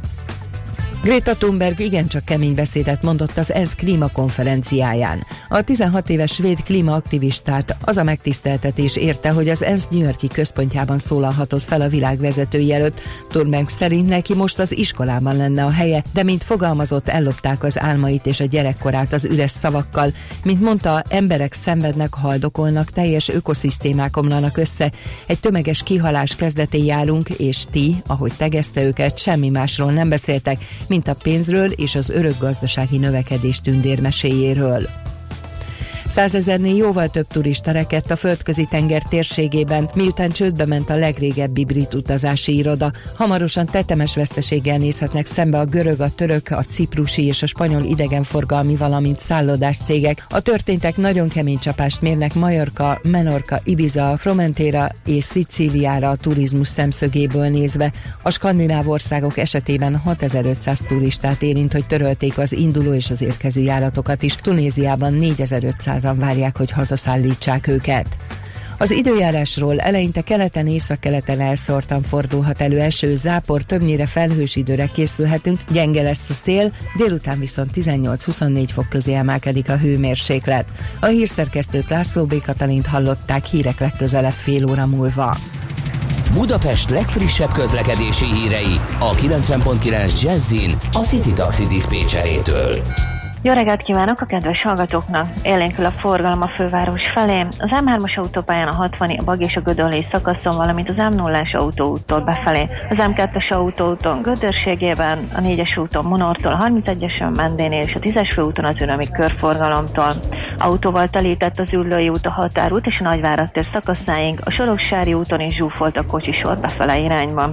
Greta Thunberg igencsak kemény beszédet mondott az é e es klímakonferenciáján. A tizenhat éves svéd klímaaktivistát az a megtiszteltetés érte, hogy az é e es New York-i központjában szólalhatott fel a világ vezetői előtt. Thunberg szerint neki most az iskolában lenne a helye, de mint fogalmazott, ellopták az álmait és a gyerekkorát az üres szavakkal. Mint mondta, emberek szenvednek, haldokolnak, teljes ökoszisztémák omlanak össze. Egy tömeges kihalás kezdetén járunk, és ti, ahogy tegezte őket, semmi másról nem beszéltek, mint a pénzről és az örök gazdasági növekedés tündérmeséjéről. Százezernél jóval több turista rekedt a földközi tenger térségében, miután csődbe ment a legrégebbi brit utazási iroda. Hamarosan tetemes veszteséggel nézhetnek szembe a görög, a török, a ciprusi és a spanyol idegenforgalmi, valamint szállodás cégek. A történtek nagyon kemény csapást mérnek Majorka, Menorca, Ibiza, Formentera és Szicíliára a turizmus szemszögéből nézve. A skandináv országok esetében hatezer-ötszáz turistát érint, hogy törölték az induló és az érkező járatokat is. Tunéziában négyezer-ötszázan várják, hogy hazaszállítsák őket. Az időjárásról: eleinte keleten, északkeleten elszórtan fordulhat elő eső, zápor, többnyire felhős időre készülhetünk, gyenge lesz a szél, délután viszont tizennyolc-huszonnégy fok közé emelkedik a hőmérséklet. A hírszerkesztőt, László B. Katalint hallották, hírek legközelebb fél óra múlva. Budapest legfrissebb közlekedési hírei a kilencven pont kilenc Jazzin a City Taxi diszpécserétől. Jó reggelt kívánok a kedves hallgatóknak! Élénkül a forgalom a főváros felé. Az em hármas autópályán a hatvani, a Bag és a Gödöllői szakaszon, valamint az em nullás autóúttól befelé. Az em kettes autóúton Gödörségében, a négyes úton Monortól, a harmincegyesen Mendénél és a tízes főúton az Ünömi körforgalomtól. Autóval telített az Üllői út, a Határút és a Nagyvárad tér szakaszáig, a Soroksári úton is zsúfolt a kocsisor befele irányban.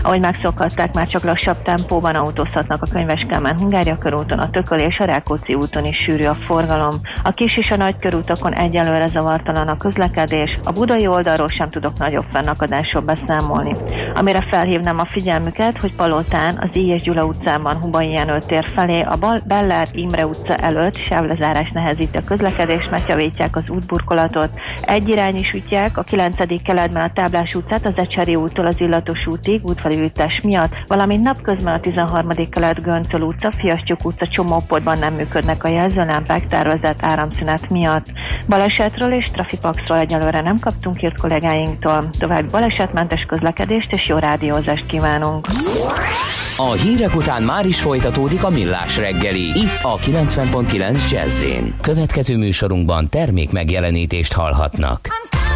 Ahogy megszokhatták, már csak lassabb tempóban autózhatnak a Könyves Kálmán Hungária körúton, a Tököli és a Rákóczi úton is sűrű a forgalom. A kis és a nagy körútakon egyelőre zavartalan a közlekedés, a budai oldalról sem tudok nagyobb fennakadásról beszámolni. Amire felhívnám a figyelmüket, hogy Palotán az Illyés Gyula utcában Hubai Jenő tér felé a Bellár Imre utca előtt sávlezárás nehezíti a közlekedést, mert javítják az útburkolatot. Egyirányúsítják a kilencedik keletben a Táblás utcát az Ecseri úttól az Illatos útig útfelújítás miatt, valamint napközben a tizenharmadik kelet Göncöl utca, Fiasztyúk utca csomópontban nem működnek a jelzőlámpák tervezett áramszünet miatt. Balesetről és trafipaxról egyelőre nem kaptunk hírt kollégáinktól. További balesetmentes közlekedést és jó rádiózást kívánunk! A hírek után már is folytatódik a Millás reggeli, itt a kilencven pont kilenc Jazz-én. Következő műsorunkban termék megjelenítést hallhatnak.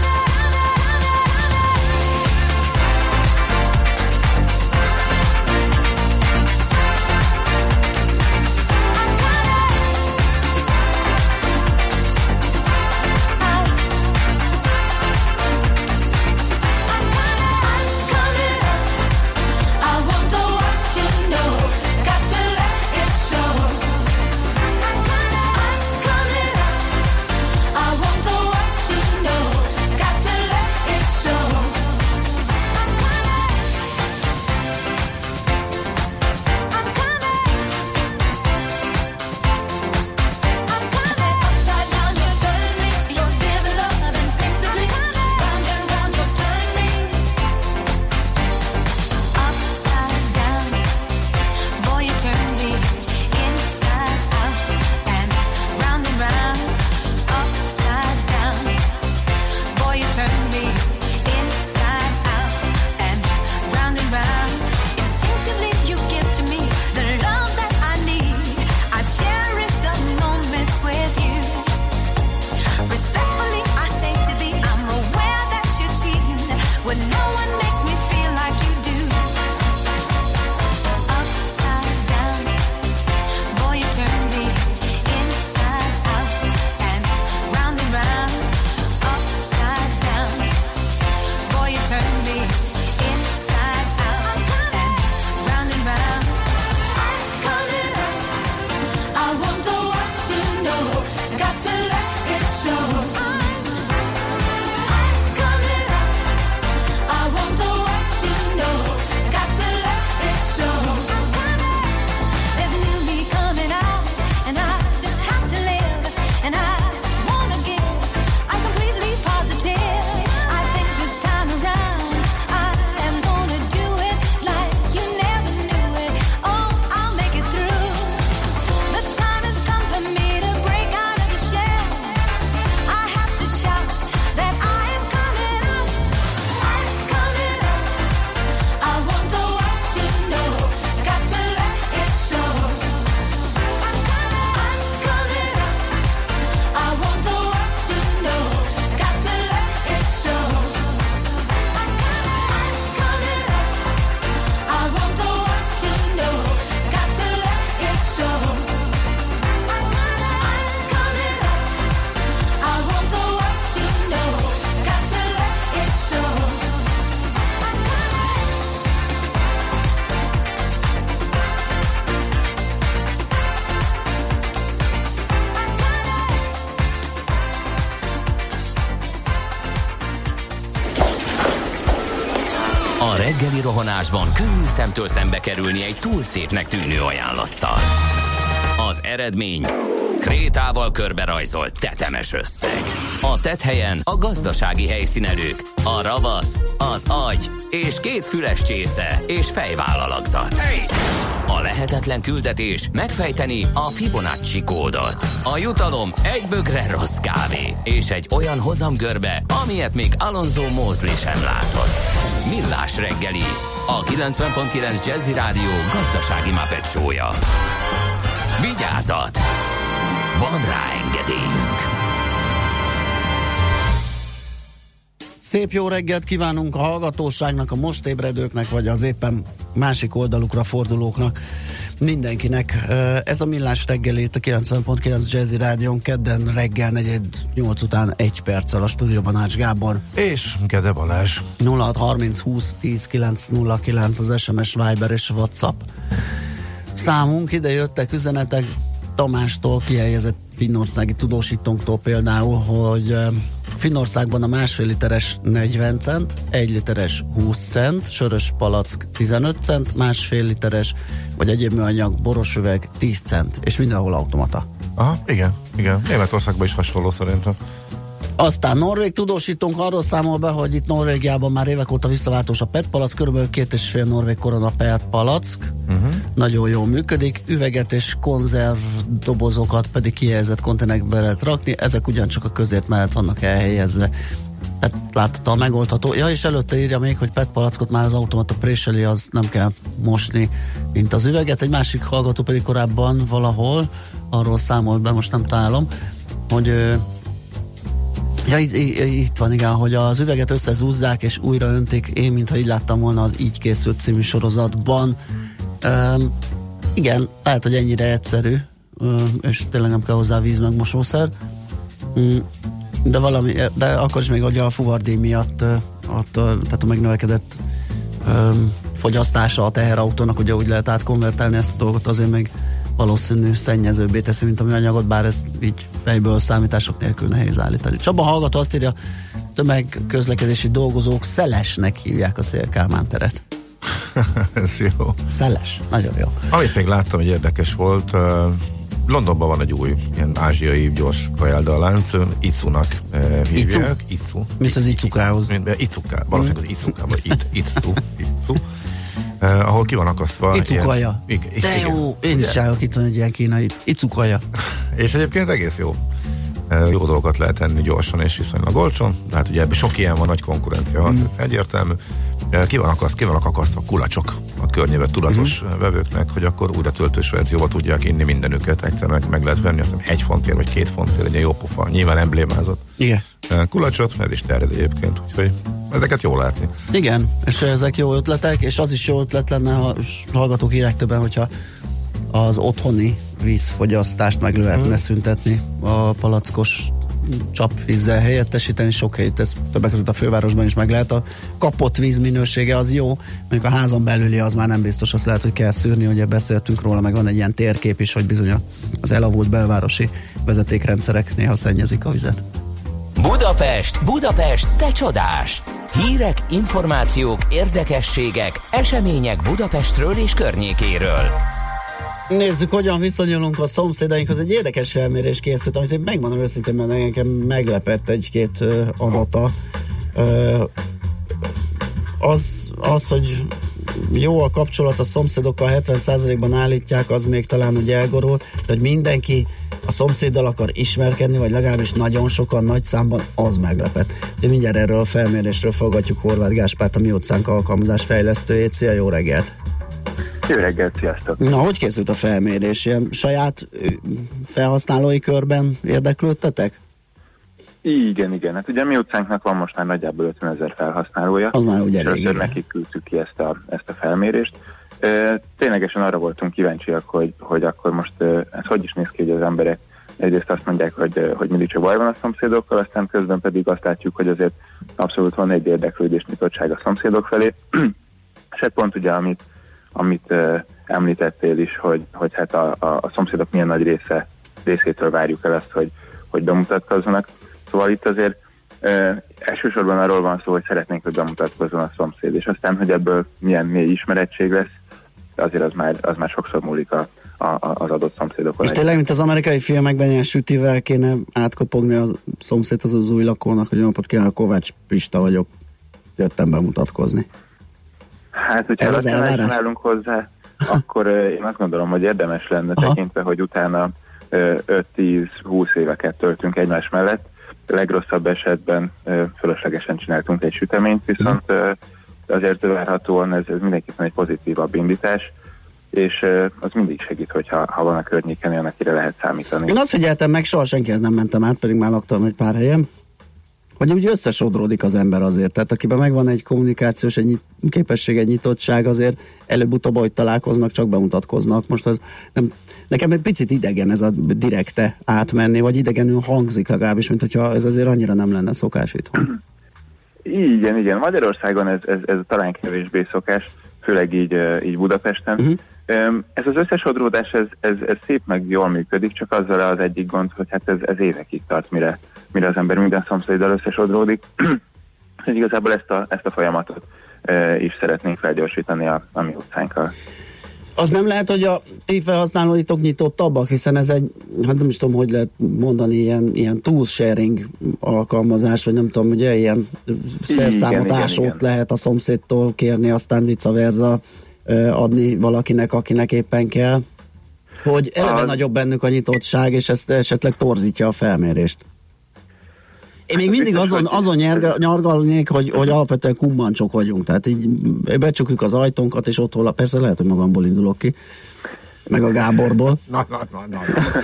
A reggeli rohanásban könnyű szemtől szembe kerülni egy túl szépnek tűnő ajánlattal. Az eredmény krétával körberajzolt tetemes összeg. A tetthelyen a gazdasági helyszínelők, a ravasz, az agy és két füles csésze és fejvállalakzat. A lehetetlen küldetés megfejteni a Fibonacci kódot. A jutalom egy bögre rossz kávé és egy olyan hozamgörbe, amilyet még Alonso Mosley sem látott. Millás reggeli, a kilencven pont kilenc Jazzy Rádió gazdasági Muppet show-ja. Vigyázat! Van rá engedélyünk! Szép jó reggelt kívánunk a hallgatóságnak, a most ébredőknek, vagy az éppen másik oldalukra fordulóknak. mindenkinek. Ez a Millás reggeli itt a kilencven pont kilenc Jazzy Rádion, kedden reggel negyed nyolc után egy perccel a stúdióban Ács Gábor. És Gede Balázs. nulla hat harminc húsz tíz kilenc nulla kilenc az es em es, Viber és WhatsApp számunk. Ide jöttek üzenetek Tamástól, kihelyezett finnországi tudósítónktól például, hogy Finnországban a másfél literes negyven cent, egy literes húsz cent, sörös palack tizenöt cent, másfél literes vagy egyéb műanyag boros üveg tíz cent, és mindenhol automata. Aha, igen, igen. Németországban is hasonló szerintem. Aztán norvég tudósítónk arról számol be, hogy itt Norvégiában már évek óta visszaváltós a pé é té palack, körülbelül két és fél norvég korona per palack. Uh-huh. Nagyon jól működik. Üveget és konzerv dobozokat pedig kihelyezett konténerekbe lehet rakni, ezek ugyancsak a közért mellett vannak elhelyezve. Tehát láthatóan megoldható. Ja, és előtte írja még, hogy pé é té palackot már az automata préseli, az nem kell mosni, mint az üveget. Egy másik hallgató pedig korábban valahol arról számolt be, most nem találom, hogy ja, itt, itt van, igen, hogy az üveget összezúzzák és újra öntik. Én, mintha így láttam volna az Így készült című sorozatban. Um, igen, lehet, hogy ennyire egyszerű, um, és tényleg nem kell hozzá víz meg mosószer. Um, de valami, de akkor is még ugye a fuvardíj miatt, uh, ott, uh, tehát a megnövekedett um, fogyasztása a teherautónak, ugye úgy lehet átkonvertálni ezt a dolgot, azért még valószínű szennyezőbbé teszi, mint a műanyagot, bár ez így fejből számítások nélkül nehéz állítani. Csaba hallgató azt írja, tömegközlekedési dolgozók szelesnek hívják a Széll-Kálmán teret. Ez jó. Szeles, nagyon jó. Amit még láttam, hogy érdekes volt, uh, Londonban van egy új ilyen ázsiai gyors kajáldalánc, Itsu-nak uh, hívják. Itsu. Mi az Itsukához? Itsuká, valószínűleg az Itsukából, It, Itsu, Itsu. Uh, ahol ki van akasztva. Icukaja. De igen, jó, én is állok, itt van egy ilyen kínai. Icukaja. És egyébként egész jó. Uh, jó dolgokat lehet tenni gyorsan és viszonylag olcsón. Hát ugye ebben sok ilyen van, nagy konkurencia, mm. egyértelmű. Uh, ki vannak akaszt, ki vannak akasztva kulacsok a környévet tudatos mm. vevőknek, hogy akkor újra töltős verzióba tudják inni mindenüket. Egyszer meg, meg lehet venni, azt hiszem egy fontért vagy két fontért, egy jó pofa, nyilván emblémázott igen. Uh, kulacsot, ez is terjed egyébként, úgyhogy ezeket jól látni. Igen, és ezek jó ötletek, és az is jó ötlet lenne, ha hallgatók írják többen, hogyha az otthoni vízfogyasztást meg lehetne hmm. szüntetni, a palackos csapvízzel helyettesíteni, sok helyet, ez többek között a fővárosban is meg lehet. A kapott víz minősége az jó, mondjuk a házon belüli az már nem biztos, azt lehet, hogy kell szűrni, ugye beszéltünk róla, meg van egy ilyen térkép is, hogy bizony az elavult belvárosi vezetékrendszerek néha szennyezik a vizet. Budapest, Budapest, te csodás! Hírek, információk, érdekességek, események Budapestről és környékéről. Nézzük, hogyan viszonyulunk a szomszédainkhoz. Egy érdekes felmérés készült, amit én megmondom őszintén, mert engem meglepett egy-két uh, adata. Uh, az, az, hogy jó a kapcsolat a szomszédokkal, hetven százalékban állítják, az még talán ugye elgorul, de hogy mindenki a szomszéddal akar ismerkedni, vagy legalábbis nagyon sokan, nagy számban, az meglepett. De mindjárt erről a felmérésről fogadjuk Horváth Gáspárt, a Mi Utcánk alkalmazás fejlesztőjét. Szia, jó reggelt! Jó reggelt, sziasztok! Na, hogy készült a felmérés? Ilyen saját felhasználói körben érdeklődtetek? Igen, igen. Hát ugye a Mi Utcánknak van most már nagyjából ötvenezer felhasználója. Az már ugye elég. És nekik küldtük ki ezt a, ezt a felmérést. E, ténylegesen arra voltunk kíváncsiak, hogy, hogy akkor most ez hogy is néz ki, hogy az emberek egyrészt azt mondják, hogy, hogy mindig csak baj van a szomszédokkal, aztán közben pedig azt látjuk, hogy azért abszolút van egy érdeklődés, nyitottság a szomszédok felé. És hát pont ugye, amit, amit uh, említettél is, hogy, hogy hát a, a, a szomszédok milyen nagy része, részétől várjuk el azt, hogy, hogy bemutatkozzanak. Szóval itt azért uh, elsősorban arról van szó, hogy szeretnénk, hogy bemutatkozzon a szomszéd, és aztán, hogy ebből milyen mély ismerettség lesz, azért az már, az már sokszor múlik a, a, az adott szomszédokon. És tényleg, mint az amerikai filmekben, ilyen sütivel kéne átkopogni a szomszéd az, az új lakónak, hogy napot kívánok, Kovács Pista vagyok, jöttem bemutatkozni. Hát, hogyha azt csinálunk hozzá, akkor én azt gondolom, hogy érdemes lenne tekintve, hogy utána öt-tíz-húsz éveket töltünk egymás mellett. Legrosszabb esetben fölöslegesen csináltunk egy süteményt, viszont azért várhatóan ez, ez mindenképpen egy pozitívabb indítás, és az mindig segít, hogyha ha van a környéken olyan, akire lehet számítani. Én azt figyeltem meg, soha senkihez nem mentem át, pedig már laktam egy pár helyen, Vagy úgy összesodródik az ember azért, tehát akiben megvan egy kommunikációs egy nyit, képesség, egy nyitottság, azért előbb-utóbb, ahogy találkoznak, csak bemutatkoznak. Most az, nem, nekem egy picit idegen ez a direkte átmenni, vagy idegenül hangzik legalábbis, mint hogyha ez azért annyira nem lenne szokás itthon. Igen, igen. Magyarországon ez, ez, ez talán kevésbé szokás, főleg így, így Budapesten. Uh-huh. Ez az összesodródás, ez, ez, ez szép meg jól működik, csak azzal az egyik gond, hogy hát ez, ez évekig tart, mire, mire az ember minden szomszéddal összesodródik. És igazából ezt a, ezt a folyamatot e, is szeretnénk felgyorsítani a, a mi utcánkkal. Az nem lehet, hogy a ti felhasználóitok nyitottabbak, hiszen ez egy, hát nem is tudom, hogy lehet mondani, ilyen, ilyen tool sharing alkalmazás, vagy nem tudom, ugye ilyen szerszámot ásót lehet a szomszédtól kérni, aztán vice versa adni valakinek, akinek éppen kell, hogy eleve a... nagyobb bennük a nyitottság, és ezt esetleg torzítja a felmérést. Én még mindig azon, azon nyerga, nyargalnék, hogy, hogy alapvetően kummancsok vagyunk, tehát így becsukjuk az ajtónkat, és ott hol, persze lehet, hogy magamból indulok ki, meg a Gáborból. Na, na, na, na.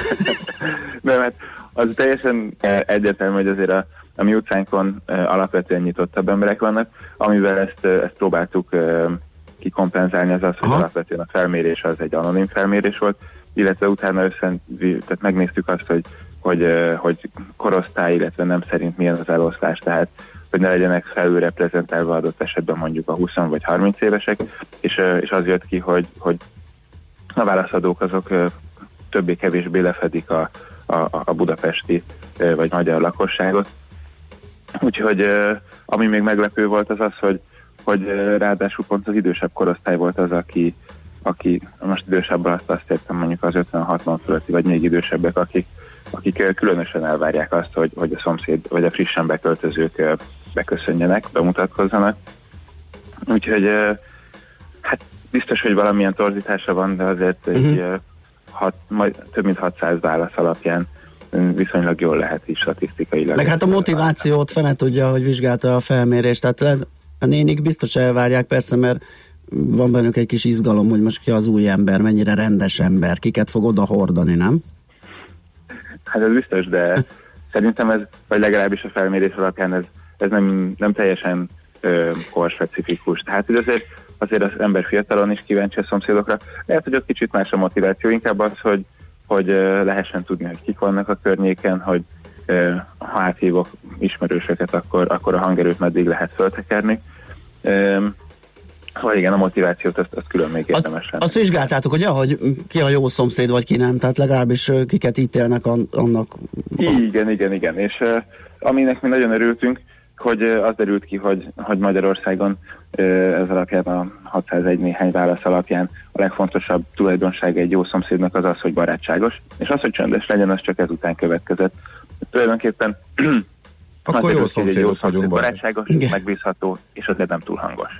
De mert az teljesen egyértelmű, hogy azért a, a mi utcánkon alapvetően nyitottabb emberek vannak, amivel ezt, ezt próbáltuk kikompenzálni, az az, hogy Aha. alapvetően a felmérés az egy anonim felmérés volt, illetve utána összen, tehát megnéztük azt, hogy, hogy, hogy korosztály, illetve nem szerint milyen az eloszlás, tehát hogy ne legyenek felülreprezentálva adott esetben mondjuk a húsz vagy harminc évesek, és, és az jött ki, hogy, hogy a válaszadók azok többé-kevésbé lefedik a, a, a budapesti vagy magyar lakosságot. Úgyhogy ami még meglepő volt az az, hogy hogy ráadásul pont az idősebb korosztály volt az, aki, aki most idősebb azt, azt értem mondjuk az ötven-hatvan fölötti, vagy még idősebbek, akik, akik különösen elvárják azt, hogy, hogy a szomszéd, vagy a frissen beköltözők beköszönjenek, bemutatkozzanak. Úgyhogy hát biztos, hogy valamilyen torzítása van, de azért uh-huh. egy hat, majd több mint hatszáz válasz alapján viszonylag jól lehet is statisztikailag. Meg hát a motivációt fene tudja, hogy vizsgálta a felmérést, tehát le, a nénik biztos elvárják, persze, mert van bennük egy kis izgalom, hogy most ki az új ember, mennyire rendes ember, kiket fog oda hordani, nem? Hát ez biztos, de szerintem ez, vagy legalábbis a felmérés alapján ez, ez nem, nem teljesen ö, korspecifikus. Tehát hogy azért, azért az ember fiatalon is kíváncsi a szomszédokra. Lehet, hogy ott kicsit más a motiváció, inkább az, hogy, hogy ö, lehessen tudni, hogy kik vannak a környéken, hogy ö, ha áthívok ismerősöket, akkor, akkor a hangerőt meddig lehet föltekerni. Ö, Szóval igen, a motivációt azt, azt külön még érdemes lenne. Azt vizsgáltátok, ugye, hogy ki a jó szomszéd, vagy ki nem, tehát legalábbis kiket ítélnek annak. Igen, igen, igen, és uh, aminek mi nagyon örültünk, hogy uh, az derült ki, hogy, hogy Magyarországon uh, ez alapján a hatszázegy néhány válasz alapján a legfontosabb tulajdonság egy jó szomszédnak az az, hogy barátságos, és az, hogy csöndes legyen, az csak ezután következett. Tulajdonképpen akkor jó szomszédok vagyunk, barátságos, megbízható, és azért nem túl hangos.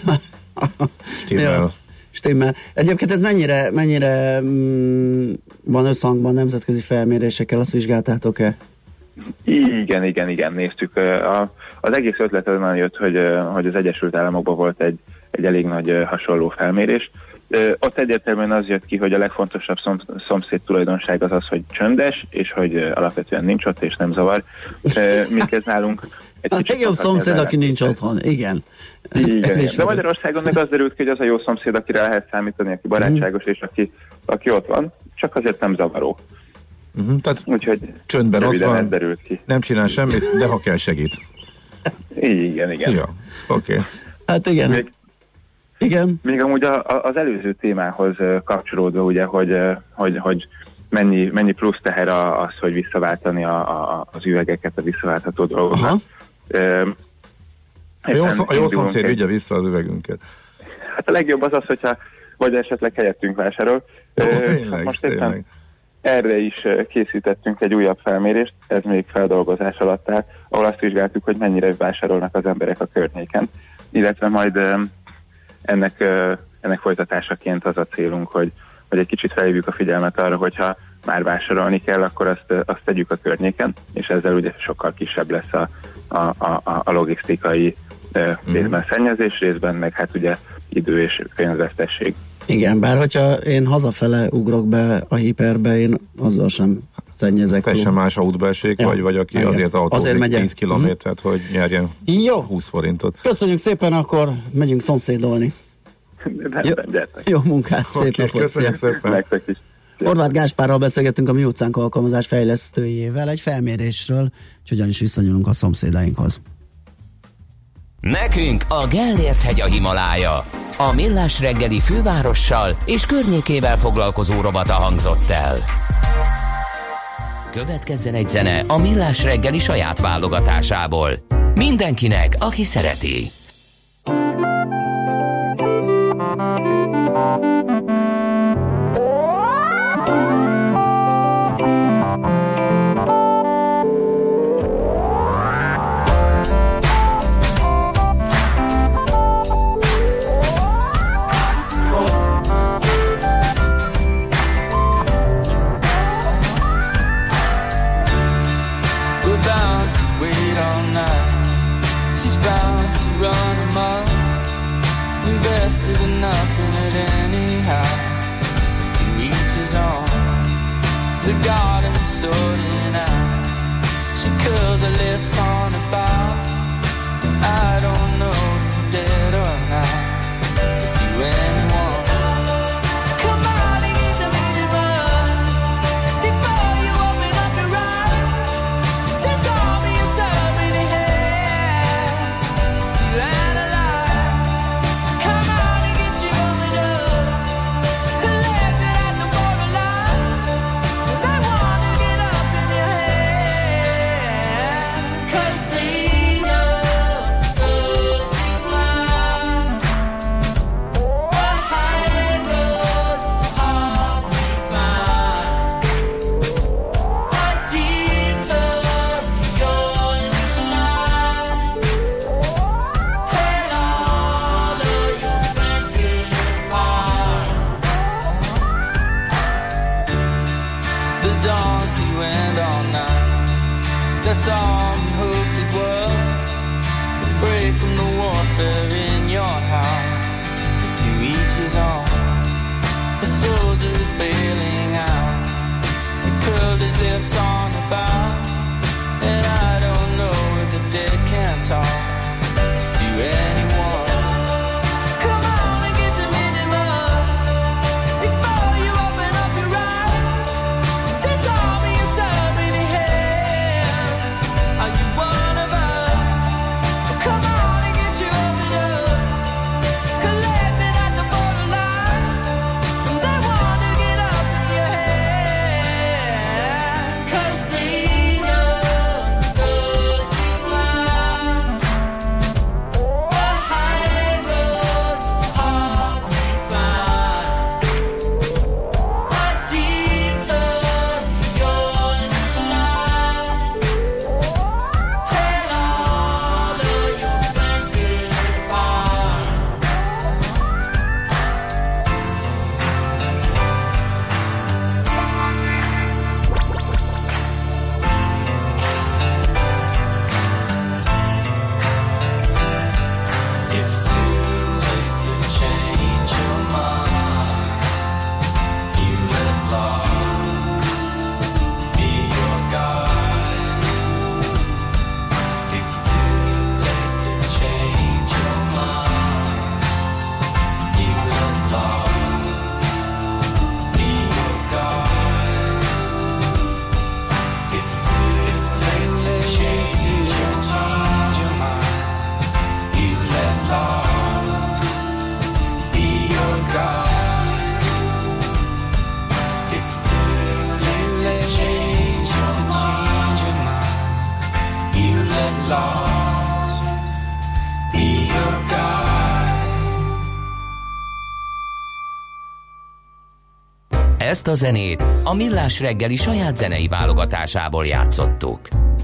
Stimmel. Stimmel. Egyébként ez mennyire, mennyire mm, van összhangban nemzetközi felmérésekkel, azt vizsgáltátok-e? Igen, igen, igen, néztük. A, az egész ötlet onnan jött, hogy, hogy az Egyesült Államokban volt egy, egy elég nagy hasonló felmérés. Ott egyértelműen az jött ki, hogy a legfontosabb szom, szomszéd tulajdonság az az, hogy csöndes, és hogy alapvetően nincs ott, és nem zavar. Míg ez nálunk egy a legjobb szomszéd, aki nincs otthon, igen. Ez, igen, ez igen. De Magyarországon meg az derült ki, hogy az a jó szomszéd, akire lehet számítani, aki barátságos, mm. és aki, aki ott van, csak azért nem zavaró. Uh-huh, tehát úgyhogy csöndben ott van, ki. Nem csinál semmit, de ha kell segít. Igen, igen. Ja, oké. Okay. Hát igen. Még, igen. Még amúgy a, a, az előző témához kapcsolódva, ugye, hogy, hogy, hogy mennyi, mennyi plusz teher az, hogy visszaváltani a, a, az üvegeket, a visszaváltható dolgokat. A jó, a jó szomszéd vigye vissza az üvegünket. Hát a legjobb az az, hogyha vagy esetleg helyettünk vásárol. Ó, tényleg, most tényleg. éppen erre is készítettünk egy újabb felmérést, ez még feldolgozás alatt áll, ahol azt vizsgáltuk, hogy mennyire vásárolnak az emberek a környéken. Illetve majd ennek, ennek folytatásaként az a célunk, hogy, hogy egy kicsit felhívjuk a figyelmet arra, hogyha már vásárolni kell, akkor azt, azt tegyük a környéken, és ezzel ugye sokkal kisebb lesz a, a, a, a logisztikai mm. részben szennyezés, részben meg hát ugye idő és pénzvesztesség. Igen, bár hogyha én hazafele ugrok be a hiperbe, én azzal sem szennyezek. Teljesen más útbelség, ja. vagy, vagy aki igen. azért autózik tíz kilométert, hogy nyerjen jó. húsz forintot. Köszönjük szépen, akkor megyünk szomszédolni. Jó, jó munkát, szép okay, napot. Köszönjük szépen. Horváth Gáspárral beszélgettünk a Mi utcánk alkalmazás fejlesztőjével egy felmérésről, hogy hogyan is viszonyulunk a szomszédainkhoz. Nekünk a Gellért hegy a Himalája. A Millás reggeli fővárossal és környékével foglalkozó rovata hangzott el. Következzen egy zene a Millás reggeli saját válogatásából. Mindenkinek, aki szereti. Ezt a zenét a Millás reggeli saját zenei válogatásából játszottuk.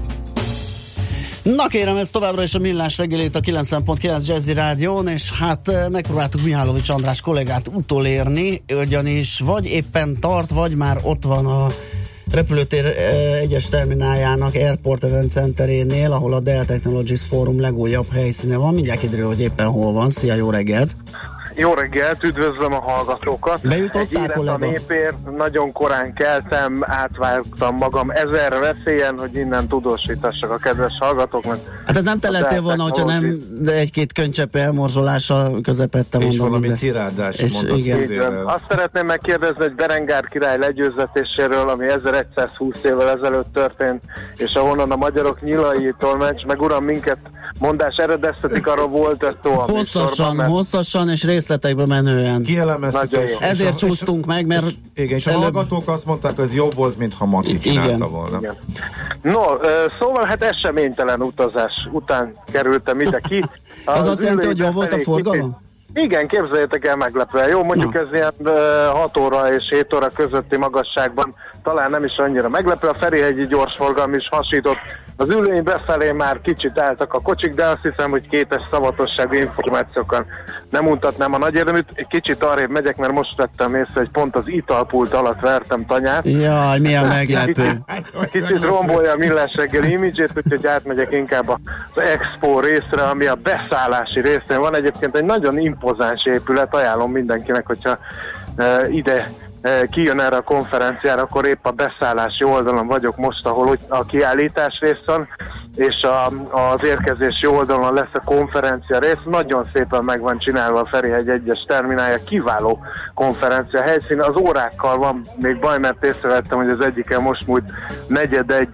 Na kérem, ez továbbra is a Millás reggelét a kilencven pont kilenc Jazzy Rádión, és hát megpróbáltuk Mihálovics András kollégát utolérni, ugyanis vagy éppen tart, vagy már ott van a repülőtér egyes termináljának Airport Event Centerénél, ahol a Dell Technologies Forum legújabb helyszíne van. Mindjárt kiderül, hogy éppen hol van. Szia, jó reggelt! Jó reggelt, üdvözlöm a hallgatókat. Bejutottál, kollega? A népért nagyon korán keltem, átvágtam magam ezer veszélyen, hogy innen tudósítassak a kedves hallgatóknak. Hát ez nem te lettél volna, hogyha nem egy-két könycsepp elmorzsolása közepette, mondom. És valami de... cirádás és mondat. igen. Igen. Azt szeretném megkérdezni, hogy Berengár király legyőzetéséről, ami ezeregyszázhúsz évvel ezelőtt történt, és ahonnan a magyarok nyilaitól mencs, meg uram minket mondás eredeztetik, arra volt ez szó a Hosszasan, műsorban, mert... hosszasan és részletekbe menően. Kielemeztük. És, ezért és csúsztunk meg, mert... És, igen, és előbb... a hallgatók azt mondták, hogy ez jobb volt, mintha Maci csinálta volna. Igen. No, szóval hát eseménytelen utazás után kerültem ide ki. Az azt jelenti, hogy jobb volt a forgalom? Igen, képzeljétek el, meglepően. Jó, mondjuk Na. ez ilyen hat óra és hét óra közötti magasságban talán nem is annyira meglepő. A Ferihegyi gyorsforgalom is hasított. Az ülői befelé már kicsit álltak a kocsik, de azt hiszem, hogy kétes szavatosságú információkkal nem mutatnám a nagy érdeműt. Egy kicsit arrébb megyek, mert most vettem észre, hogy pont az italpult alatt vertem tanyát. Jaj, milyen meglepő. Kicsit, kicsit rombolja a Millás reggeli imidzsét, úgyhogy átmegyek inkább az Expo részre, ami a beszállási részén van. Egyébként egy nagyon impozáns épület, ajánlom mindenkinek, hogyha e, ide kijön erre a konferenciára, akkor épp a beszállási oldalon vagyok most, ahol a kiállítás rész van, és a, az érkezési oldalon lesz a konferencia rész. Nagyon szépen meg van csinálva a Ferihegy egyes terminálja, kiváló konferencia helyszín. Az órákkal van még baj, mert észrevettem, hogy az egyiken most múlt negyed egy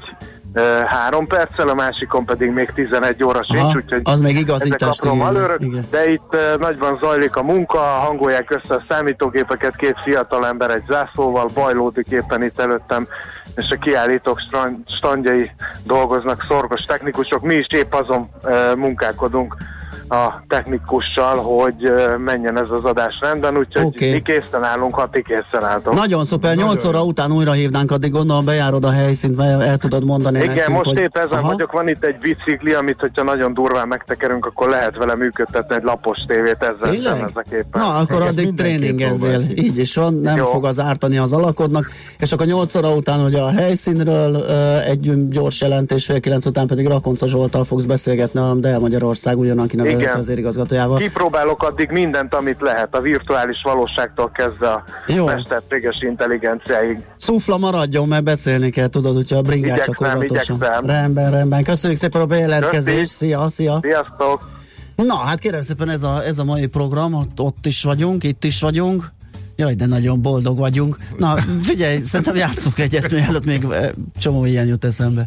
három perccel, a másikon pedig még tizenegy óra sincs, Aha, úgyhogy az még igazítás, igen, de itt uh, nagyban zajlik a munka, hangolják össze a számítógépeket, két fiatalember egy zászlóval bajlódik éppen itt előttem, és a kiállítók standjai dolgoznak szorgos technikusok, mi is épp azon uh, munkálkodunk a technikussal, hogy uh, menjen ez az adás rendben, úgyhogy okay. mi készen állunk, ha ti készen álltok. Nagyon szuper, nyolc óra után újra hívnánk, addig gondolom bejárod a helyszínt, mert el tudod mondani Igen, nekünk, most hogy... épp ezen Aha. vagyok, van itt egy bicikli, amit hogyha nagyon durván megtekerünk, akkor lehet vele működtetni egy lapos tévét, ezzel szemezeképpen. Na, akkor addig tréningezzél, így is van, nem Jó. fog az ártani az alakodnak, és akkor nyolc óra után ugye a helyszínről egy gyors jelentés, fél kilenc után pedig Rakonca Zsolttal fogsz beszélgetni a Dell Magyarország ugyanankinek vezérigazgatójával. Kipróbálok addig mindent, amit lehet, a virtuális valóságtól kezdve a Jó. mesterséges intelligenciáig. Szufla maradjon, mert beszélni kell, tudod, hogyha a bringát csak óvatosan. Rendben, rendben. Köszönjük szépen a bejelentkezést. Szia, szia. Sziasztok. Na, hát kérem szépen ez a, ez a mai program, ott, ott is vagyunk, itt is vagyunk. Jaj, de nagyon boldog vagyunk. Na, figyelj, szerintem játsszuk egyet, mielőtt még csomó ilyen jut eszembe.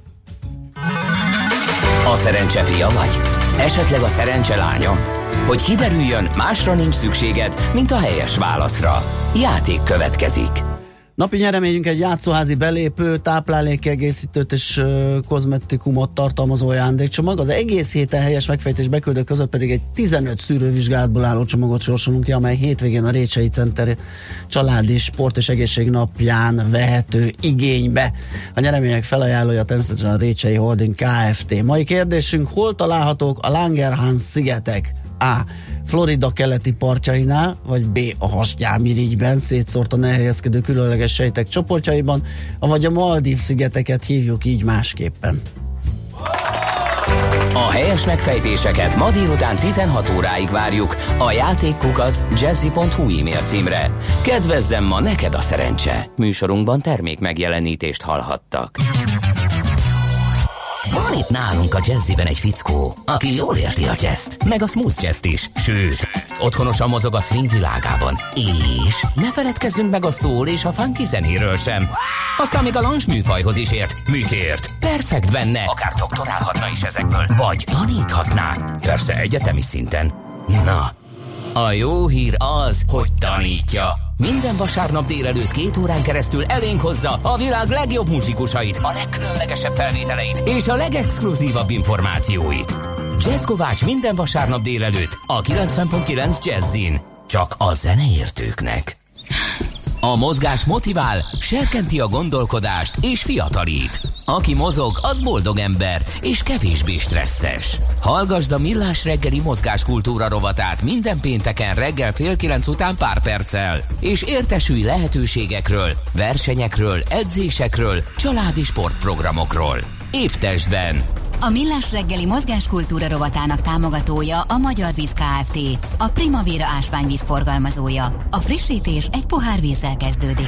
A szerencse fia vagy? Esetleg a szerencse lánya? Hogy kiderüljön, másra nincs szükséged, mint a helyes válaszra. Játék következik. Napi nyereményünk egy játszóházi belépő, táplálékkiegészítőt és uh, kozmetikumot tartalmazó ajándékcsomag. Az egész héten helyes megfejtés beküldők között pedig egy tizenöt szűrővizsgálatból álló csomagot sorsolunk ki, amely hétvégén a Récsei Center családi sport és egészség napján vehető igénybe. A nyeremények felajánlója természetesen a Récsei Holding Kft. Mai kérdésünk, hol találhatók a Langerhans szigetek? A. Florida keleti partjainál, vagy B. a Hasgyámirigyben szétszórtan elhelyezkedő különleges sejtek csoportjaiban, vagy a Maldív-szigeteket hívjuk így másképpen. A helyes megfejtéseket ma délután tizenhat óráig várjuk a játékkukac jazzy pont hu e-mail címre. Kedvezzem ma neked a szerencse! Műsorunkban termék megjelenítést hallhattak. Van itt nálunk a Jazzyben egy fickó, aki jól érti a jazzt, meg a smooth jazzt is, sőt, otthonosan mozog a swing világában. És ne feledkezzünk meg a soul és a funky zenéről sem. Aztán még a lounge műfajhoz is ért. Mit ért? Perfekt benne, akár doktorálhatna is ezekből, vagy taníthatná. Persze egyetemi szinten. Na, a jó hír az, hogy tanítja. Minden vasárnap délelőtt két órán keresztül elénk hozza a világ legjobb muzsikusait, a legkülönlegesebb felvételeit és a legexkluzívabb információit. Jazz Kovács minden vasárnap délelőtt a kilencven pont kilenc Jazzin. Csak a zeneértőknek. A mozgás motivál, serkenti a gondolkodást és fiatalít. Aki mozog, az boldog ember és kevésbé stresszes. Hallgasd a Millás reggeli mozgáskultúra rovatát minden pénteken reggel fél kilenc után pár perccel, és értesülj lehetőségekről, versenyekről, edzésekről, családi sportprogramokról. Épp testben. A Millás reggeli mozgáskultúra rovatának támogatója a Magyar Víz Kft. A Primavera ásványvíz forgalmazója. A frissítés egy pohár vízzel kezdődik.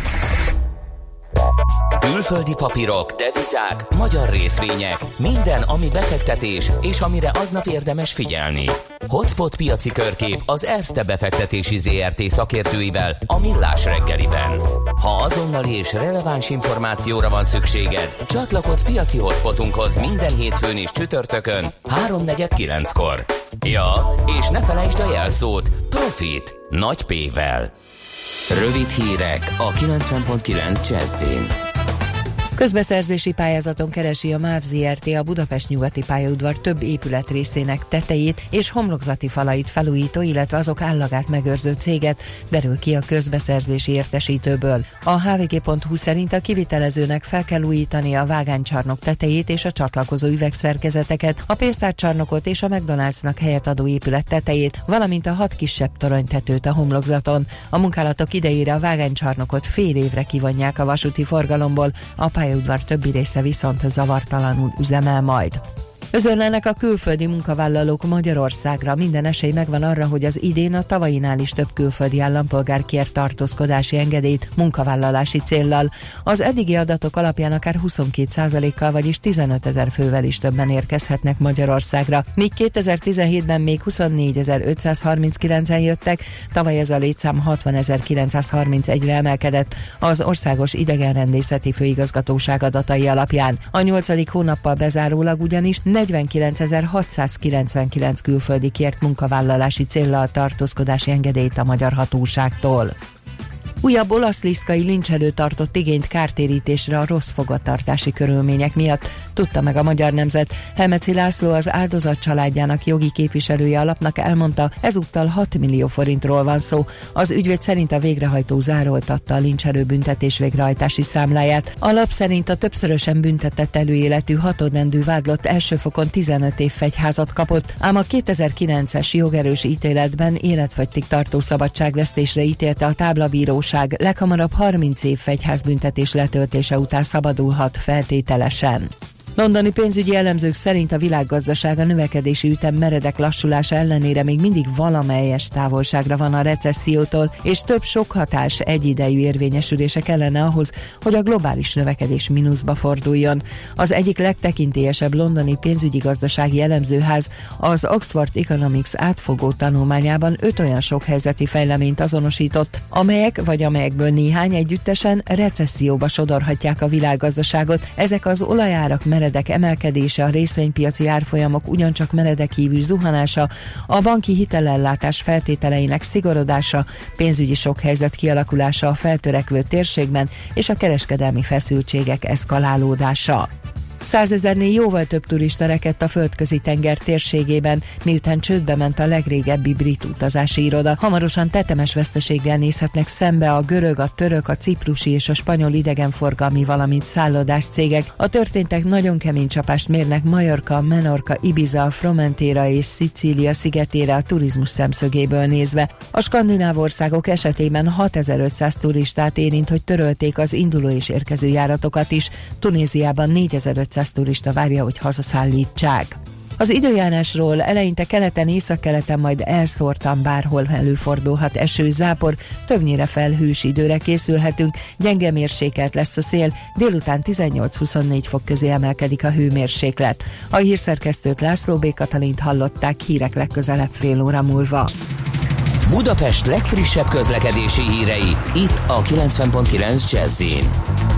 Külföldi papírok, devizák, magyar részvények, minden, ami befektetés, és amire aznap érdemes figyelni. Hotspot piaci körkép az Erste befektetési zé er té szakértőivel a Millás reggeliben. Ha azonnali és releváns információra van szükséged, csatlakozz piaci hotspotunkhoz minden hétfőn és csütörtökön háromnegyed kilenckor. Ja, és ne felejtsd a jelszót Profit nagy P-vel. Rövid hírek a kilencven pont kilenc Jazzin. Közbeszerzési pályázaton keresi a MÁV zé er té a Budapest nyugati pályaudvar több épületrészének tetejét és homlokzati falait felújító, illetve azok állagát megőrző céget, derül ki a közbeszerzési értesítőből. A há vé gé pont hú szerint a kivitelezőnek fel kell újítani a vágánycsarnok tetejét és a csatlakozó üvegszerkezeteket, a pénztárcsarnokot és a McDonald'snak helyet adó épület tetejét, valamint a hat kisebb toronytetőt a homlokzaton. A munkálatok idejére a vágánycsarnokot fél évre kivonják a vasúti forgalomból, a pályaudvar többi része viszont zavartalanul üzemel majd. Özönlenek a külföldi munkavállalók Magyarországra, minden esély megvan arra, hogy az idén a tavainál is több külföldi állampolgár kér tartózkodási engedélyt munkavállalási céllal. Az eddigi adatok alapján akár huszonkét százalékkal, vagyis tizenötezer fővel is többen érkezhetnek Magyarországra, míg kétezer-tizenhétben még huszonnégyezer-ötszázharminckilencen jöttek, tavaly ez a létszám hatvanezer-kilencszázharmincegyre emelkedett az Országos Idegenrendészeti Főigazgatóság adatai alapján. A nyolcadik hónappal bezárólag ugyanis negyvenkileencezer-hatszázkilencvenkilenc külföldi kért munkavállalási céllal tartózkodási engedélyt a magyar hatóságtól. Újabb olasz-liszkai lincselő tartott igényt kártérítésre a rossz fogvatartási körülmények miatt, tudta meg a Magyar Nemzet. Helmeci László, az áldozat családjának jogi képviselője a lapnak elmondta, ezúttal hat millió forintról van szó. Az ügyvéd szerint a végrehajtó zároltatta a lincselő büntetés végrehajtási számláját. A lap szerint a többszörösen büntetett előéletű hatodrendű vádlott első fokon tizenöt év fegyházat kapott, ám a kétezer-kilences jogerős ítéletben életfogytig tartó szabadságvesztésre ítélte a táblabíróság, leghamarabb harminc év fegyházbüntetés letöltése után szabadulhat feltételesen. Londoni pénzügyi elemzők szerint a világgazdaság a növekedési ütem meredek lassulása ellenére még mindig valamelyes távolságra van a recessziótól, és több sok hatás egyidejű érvényesülése kellene ahhoz, hogy a globális növekedés mínuszba forduljon. Az egyik legtekintélyesebb londoni pénzügyi gazdasági elemzőház az Oxford Economics átfogó tanulmányában öt olyan sok helyzeti fejleményt azonosított, amelyek vagy amelyekből néhány együttesen recesszióba sodorhatják a világgazdaságot. Ezek az olajárak meredek emelkedése, a részvénypiaci árfolyamok ugyancsak meredek hívű zuhanása, a banki hitelellátás feltételeinek szigorodása, pénzügyi sokkhelyzet kialakulása a feltörekvő térségben és a kereskedelmi feszültségek eszkalálódása. Százezernél jóval több turista rekedt a Földközi tenger térségében, miután csődbe ment a legrégebbi brit utazási iroda. Hamarosan tetemes veszteséggel nézhetnek szembe a görög, a török, a ciprusi és a spanyol idegenforgalmi, valamint szállodás cégek. A történtek nagyon kemény csapást mérnek Majorka, Menorca, Ibiza, Formentera és Szicília szigetére a turizmus szemszögéből nézve. A skandináv országok esetében hatezer-ötszáz turistát érint, hogy törölték az induló és érkező járatokat is. Tunéziában négyezer-ötszáz turista várja, hogy hazaszállítsák. Az időjárásról: eleinte keleten, északkeleten, majd elszórtan bárhol előfordulhat eső, zápor, többnyire felhős időre készülhetünk, gyenge mérsékelt lesz a szél, délután tizennyolc-huszonnégy fok közé emelkedik a hőmérséklet. A hírszerkesztőt, László B. Katalint hallották, hírek legközelebb fél óra múlva. Budapest legfrissebb közlekedési hírei, itt a kilencven pont kilenc Jazz-in.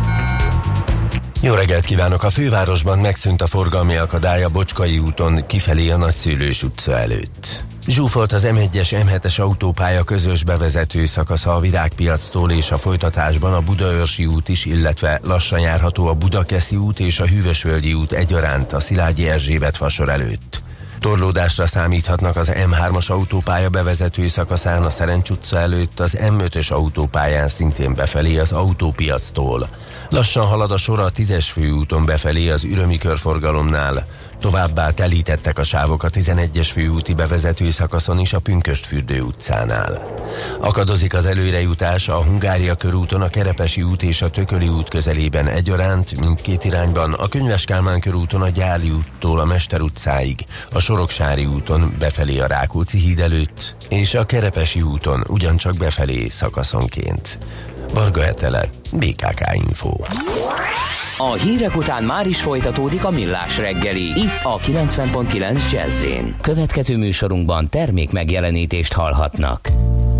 Jó reggelt kívánok! A fővárosban megszűnt a forgalmi akadály a Bocskai úton kifelé a Nagyszőlős utca előtt. Zsúfolt az em egyes em hetes autópálya közös bevezető szakasza a Virágpiactól, és a folytatásban a Budaörsi út is, illetve lassan járható a Budakeszi út és a Hűvösvölgyi út egyaránt a Szilágyi Erzsébet fasor előtt. Torlódásra számíthatnak az em hármas autópálya bevezető szakaszán a Szerencs utca előtt, az em ötös autópályán szintén befelé az Autópiactól. Lassan halad a sor a tízes főúton befelé az Ürömi körforgalomnál, Továbbá telítettek a sávok a tizenegyes főúti bevezető szakaszon is a Pünkösdfürdő utcánál. Akadozik az előrejutás a Hungária körúton a Kerepesi út és a Tököli út közelében egyaránt, mindkét irányban, a Könyves Kálmán körúton a Gyáli úttól a Mester utcáig, a Soroksári úton befelé a Rákóczi híd előtt, és a Kerepesi úton ugyancsak befelé szakaszonként. Varga Etele, bé ká ká Info. A hírek után már is folytatódik a Millás reggeli, itt a kilencven pont kilenc Jazz-én. Következő műsorunkban termék megjelenítést hallhatnak.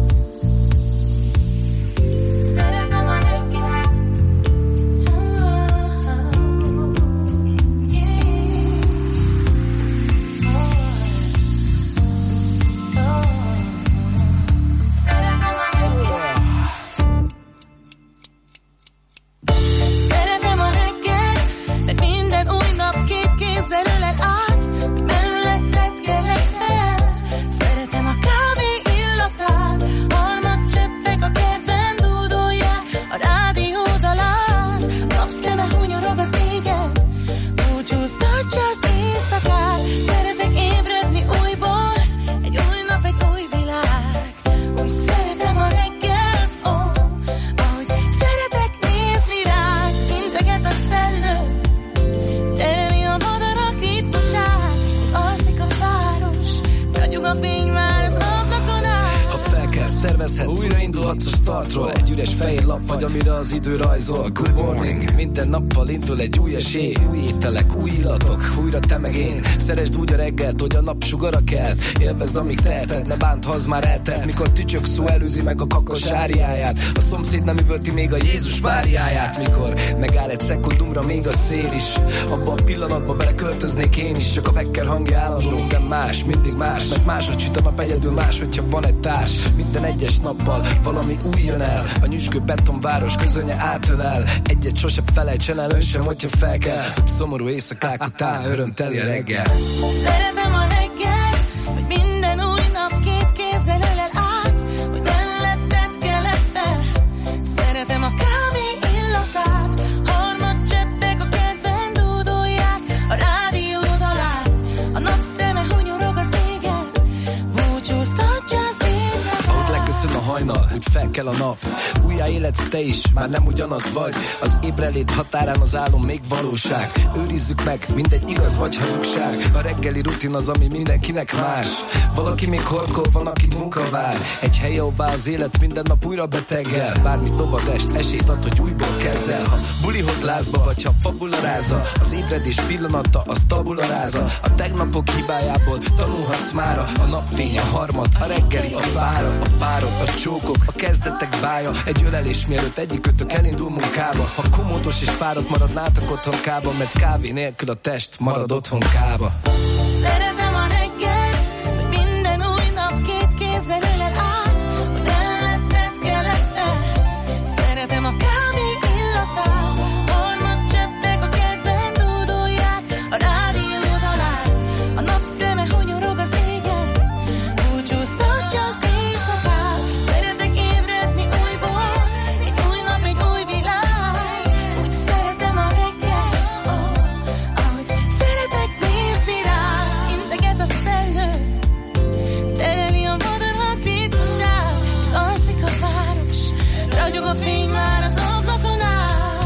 Good morning, minden nappal indul egy új esély. Új ételek, új illatok, újra te meg én. Szeresd úgy a reggelt, hogy a nap sugara kell. Élvezd, amíg teheted, ne bánt, ha az már eltelt. Mikor tücsök szó előzi meg a kakos áriáját, a szomszéd nem üvölti még a Jézus Máriáját. Mikor megáll egy szekundumra még a szél is, abba a pillanatba beleköltöznék én is. Csak a vekker hangja állandó, minden más, mindig más. Mert máshogy süt a nap, egyedül más, hogyha van egy társ. Minden egyes nappal valami új jön el. A nyüzsgő betonváros közönye átölel. Egyet sose felejtsen el, ön sem, hogyha fel kell. Szomorú éjszakák után örömteli a reggel. Szeretem a reggelt, hogy minden új nap két kézzel ölel át, hogy melletted kelek fel. Szeretem a kávé illatát, harmad cseppek a kertben dúdolják a rádió dalát. A napszeme hunyorog az égen, búcsúztatja az éjszakát. Ott leköszön a hajnal, úgy fel kell a nap. Újjá életsz te is, már nem ugyanaz vagy. Az ébrenlét határán az álom még valóság. Őrizzük meg, mindegy igaz vagy hazugság. A reggeli rutin az, ami mindenkinek más. Valaki még horkol, van, akit munka vár. Egy hely, ahová az élet minden nap újra beteggel. Bármit dob az est, esélyt ad, hogy újból kezd el. Ha bulihoz lázba, vagy ha fabularáza, az ébredés pillanata, az tabularáza. A tegnapok hibájából tanulhatsz mára. A napfény, a harmad, a reggeli, a vára, a párok, a csókok, a kezdetek bája. Egy ölelés mielőtt egyikőtök elindul munkába. Ha komótos és fáradt maradnátok otthonkába, mert kávé nélkül a test marad otthonkába. Szeretem a reggelt, hogy minden új nap két kézzel ölel át, hogy melletted kelek fel. Szeretem a kávé illatát, harmad cseppek a kertben dúdolják a rádió dalát. A napszeme hunyorog az égen, búcsúztatja az éjszakát. Szeretek ébredni újból, egy új nap, egy új világ. Úgy szeretem a reggel, oh, ahogy szeretek nézni rád. Integet a szellő, tereli a madarak ritmusát. Míg alszik a város, ragyog a fény már az ablakon át.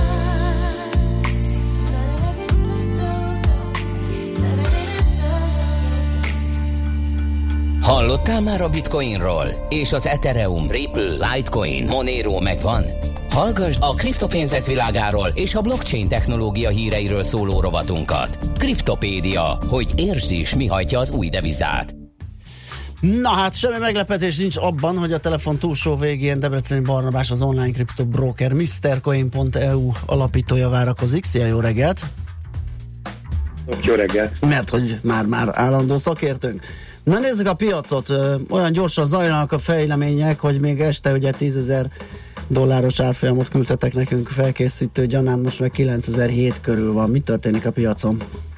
Hallottál már a Bitcoinról? És az Ethereum, Ripple, Litecoin, Monero megvan? Hallgasd a kriptopénzek világáról és a blockchain technológia híreiről szóló rovatunkat. Kriptopédia, hogy értsd is, mi hajtja az új devizát. Na hát, semmi meglepetés nincs abban, hogy a telefon túlsó végén Debreceni Barnabás, az online kriptobroker misztercoin pont e u alapítója várakozik. Szia, jó reggelt! Jó reggelt! Mert hogy már-már állandó szakértőnk. Na nézzük a piacot, olyan gyorsan zajlanak a fejlemények, hogy még este ugye tízezer dolláros árfolyamot küldtetek nekünk felkészítő gyanán, most meg kilencezer-hét körül van. Mi történik a piacon?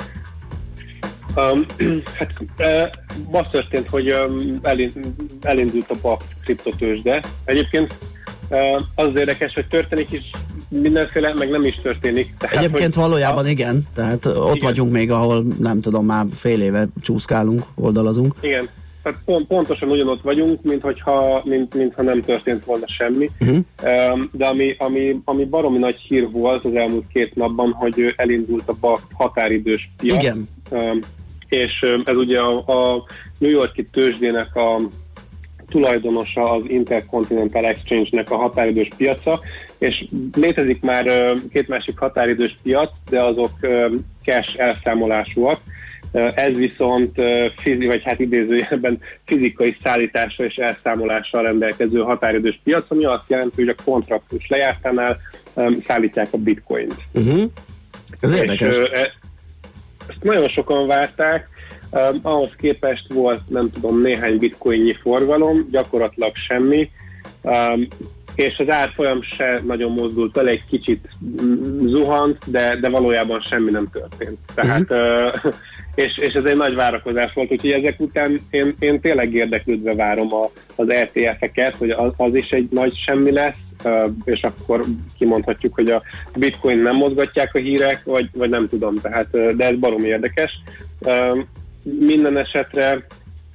Um, hát uh, az történt, hogy um, elindult a BAKT kriptotőzsde. Egyébként uh, az érdekes, hogy történik is mindenféle meg nem is történik. Tehát, Egyébként valójában a... igen, tehát ott igen. vagyunk még, ahol nem tudom, már fél éve csúszkálunk, oldalazunk. Igen, tehát pont, pontosan ugyanott vagyunk, mint hogyha, mint, mintha nem történt volna semmi. Uh-huh. De ami, ami, ami baromi nagy hír volt az elmúlt két napban, hogy elindult a BAKT határidős piac. Igen. És ez ugye a, a New York-i tőzsdének a tulajdonosa az Intercontinental Exchange-nek a határidős piaca, és létezik már két másik határidős piac, de azok cash elszámolásúak. Ez viszont fizi, vagy hát idézőjelben fizikai szállításra és elszámolással rendelkező határidős piac, ami azt jelenti, hogy a kontraktus lejártánál szállítják a bitcoint. Uh-huh. Ez érdekes. És, ezt nagyon sokan várták, um, ahhoz képest volt, nem tudom, néhány bitcoinnyi forgalom, gyakorlatilag semmi, um, és az árfolyam se nagyon mozdult vele, egy kicsit zuhant, de, de valójában semmi nem történt. Tehát, uh-huh. uh, és, és ez egy nagy várakozás volt, úgyhogy ezek után én, én tényleg érdeklődve várom a, az é té ef-eket, hogy az, az is egy nagy semmi lesz, Uh, és akkor kimondhatjuk, hogy a bitcoin nem mozgatják a hírek, vagy, vagy nem tudom, tehát, uh, de ez baromi érdekes. Uh, minden esetre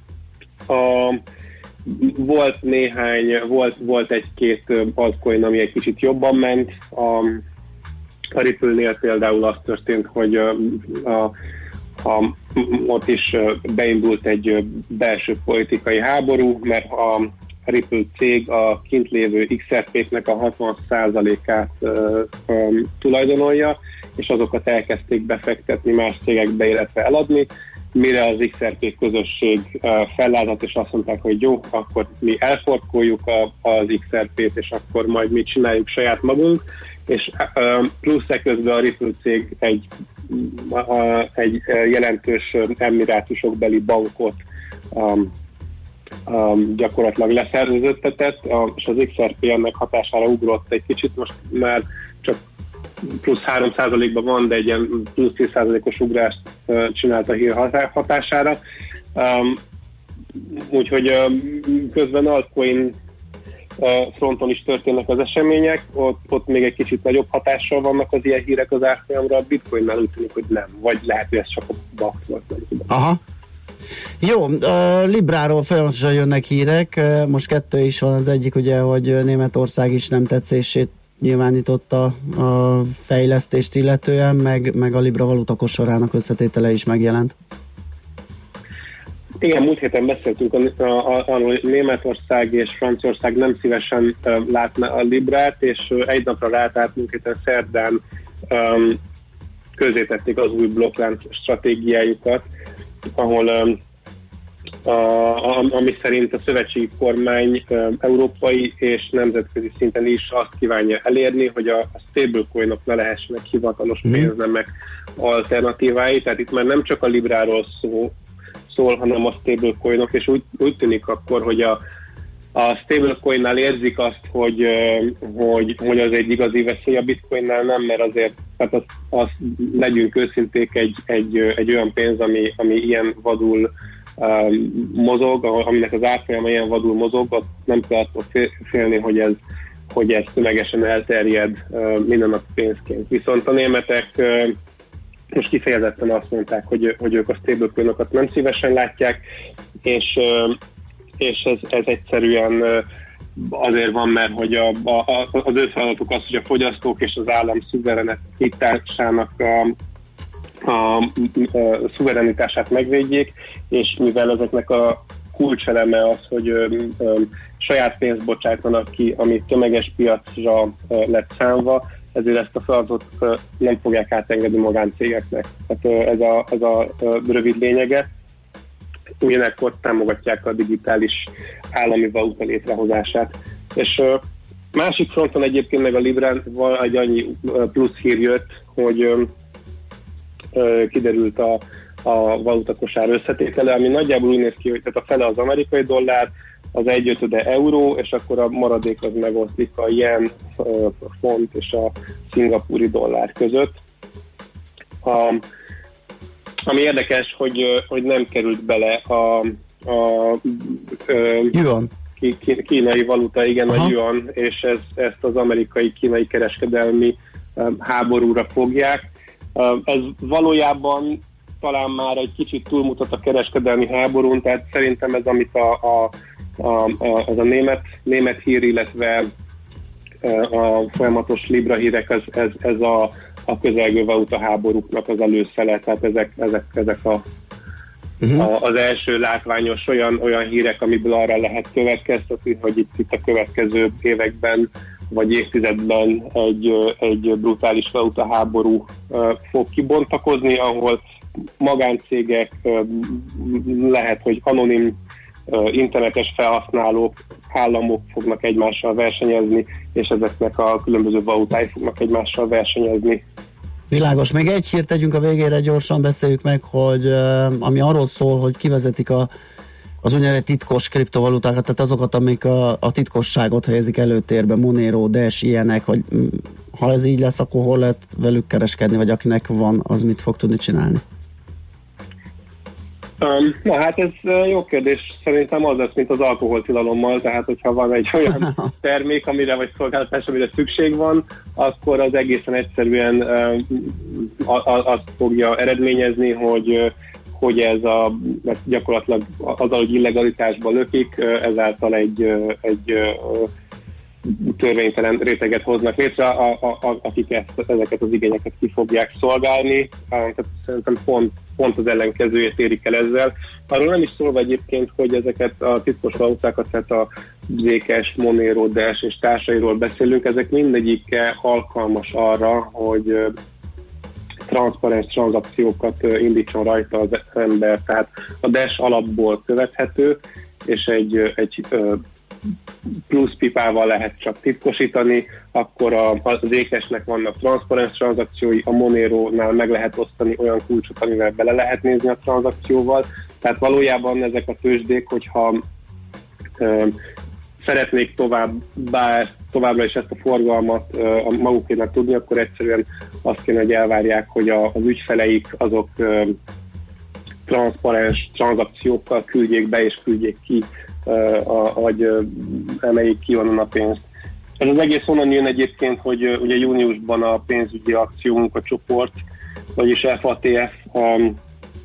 a, volt néhány, volt, volt egy-két altcoin, ami egy kicsit jobban ment. A, a Ripple-nél például az történt, hogy uh, a, a, ott is beindult egy belső politikai háború, mert a Ripple cég a kint lévő iksz er pé-knek a hatvan százalékát uh, um, tulajdonolja, és azokat elkezdték befektetni más cégekbe, illetve eladni, mire az iksz er pé közösség uh, fellázadt, és azt mondták, hogy jó, akkor mi elforkoljuk a, az iksz er pé-t, és akkor majd mi csináljuk saját magunk, és uh, plusz eközben a Ripple cég egy, uh, egy jelentős emirátusokbeli bankot um, Um, gyakorlatilag leszerződtetett, uh, és az iksz er pé ennek hatására ugrott egy kicsit, most már csak plusz három százalékban van, de egy ilyen plusz tíz százalékos ugrást uh, csinált a hír hatására. Um, úgyhogy um, közben altcoin uh, fronton is történnek az események, ott, ott még egy kicsit nagyobb hatással vannak az ilyen hírek az árfolyamra, a bitcoinnál úgy tűnik, hogy nem, vagy lehet, hogy ez csak a BAKT volt, nem tudom. Aha. Jó, a Libráról folyamatosan jönnek hírek, most kettő is van, az egyik ugye, hogy Németország is nem tetszését nyilvánította a fejlesztést illetően, meg, meg a Libra valutakossorának összetétele is megjelent. Igen, múlt héten beszéltünk arról, hogy Németország és Franciaország nem szívesen uh, látna a Librát, és uh, egy napra rátárt múlt héten szerdán um, közzétették az új blokklánc stratégiájukat, ahol um, a, a, ami szerint a szövetségi kormány um, európai és nemzetközi szinten is azt kívánja elérni, hogy a, a stablecoinok ne lehessenek hivatalos pénznemek alternatívái, tehát itt már nem csak a Libráról szó, szól, hanem a stablecoinok, és úgy, úgy tűnik akkor, hogy a, a stablecoinnál érzik azt, hogy, hogy, hogy az egy igazi veszély, a bitcoinnál nem, mert azért tehát az, az legyünk őszinték, egy, egy, egy olyan pénz, ami, ami ilyen vadul um, mozog, aminek az árfolyama ilyen vadul mozog, ott nem kell attól félni, hogy ez, hogy ez tömegesen elterjed uh, minden nap pénzként. Viszont a németek uh, most kifejezetten azt mondták, hogy, hogy ők a stablecoinokat nem szívesen látják, és, és ez, ez egyszerűen azért van, mert hogy a, a, az ő feladatuk az, hogy a fogyasztók és az állam szuverenitásának a, a, a szuverenitását megvédjék, és mivel ezeknek a kulcseleme az, hogy ö, ö, saját pénzt bocsájtanak ki, ami tömeges piacra ö, lett számva, ezért ezt a feladatot nem fogják átengedni magáncégeknek. Tehát ez a, ez a rövid lényege. Ugyanekkor támogatják a digitális állami valuta létrehozását. És másik fronton egyébként meg a Librával egy annyi plusz hír jött, hogy kiderült a, a valutakosár összetétele, ami nagyjából úgy néz ki, hogy tehát a fele az amerikai dollár, az egyötöde euró, és akkor a maradék az megoszlik a yen, a font és a szingapúri dollár között. A, ami érdekes, hogy, hogy nem került bele a, a, a Yuan. ki, ki, kínai valuta, igen, a yuan, és ez, ezt az amerikai-kínai kereskedelmi um, háborúra fogják. Um, ez valójában talán már egy kicsit túlmutat a kereskedelmi háborún, tehát szerintem ez, amit a, a, a, a, az a német, német hír, illetve a folyamatos libra hírek, ez, ez, ez a, a közelgő valuta háborúknak az előszele, tehát ezek, ezek, ezek a, uh-huh. a, az első látványos olyan, olyan hírek, amiből arra lehet következtetni, hogy itt, itt a következő években vagy évtizedben egy, egy brutális valuta háború fog kibontakozni, ahol magáncégek, lehet, hogy anonim internetes felhasználók, államok fognak egymással versenyezni, és ezeknek a különböző valutái fognak egymással versenyezni. Világos. Még egy hírt tegyünk a végére, gyorsan beszéljük meg, hogy ami arról szól, hogy kivezetik a, az úgynevezett titkos kriptovalutákat, tehát azokat, amik a, a titkosságot helyezik előtérbe, Monero, Dash, ilyenek, hogy ha ez így lesz, akkor hol lehet velük kereskedni, vagy akinek van, az mit fog tudni csinálni? Um, na hát ez jó kérdés, szerintem az lesz, mint az alkoholtilalommal, tehát hogyha van egy olyan termék, amire vagy szolgáltatás, amire szükség van, akkor az egészen egyszerűen um, azt fogja eredményezni, hogy, hogy ez a, gyakorlatilag azzal, hogy illegalitásba lökik, ezáltal egy, egy törvénytelen réteget hoznak létre, a, a, a, akik ezt, ezeket az igényeket ki fogják szolgálni. Tehát szerintem pont, pont az ellenkezőjét érik el ezzel. Arról nem is szólva egyébként, hogy ezeket a titkos valutákat, tehát a Zcash, Monero, Dash és társairól beszélünk, ezek mindegyike alkalmas arra, hogy transzparens tranzakciókat indítson rajta az ember. Tehát a Dash alapból követhető, és egy, egy plusz pipával lehet csak titkosítani, akkor a, az Zcashnek vannak transzparens tranzakciói, a Monero-nál meg lehet osztani olyan kulcsot, amivel bele lehet nézni a tranzakcióval. Tehát valójában ezek a tőzsdék, hogyha ö, szeretnék tovább, bár, továbbra is ezt a forgalmat ö, magukénak tudni, akkor egyszerűen azt kéne, hogy elvárják, hogy a, az ügyfeleik azok ö, transzparens tranzakciókkal küldjék be és küldjék ki, vagy emeljék ki onnan a pénzt. Ez az egész onnan jön egyébként, hogy ugye júniusban a pénzügyi akciómunkacsoport, vagyis F A T F um,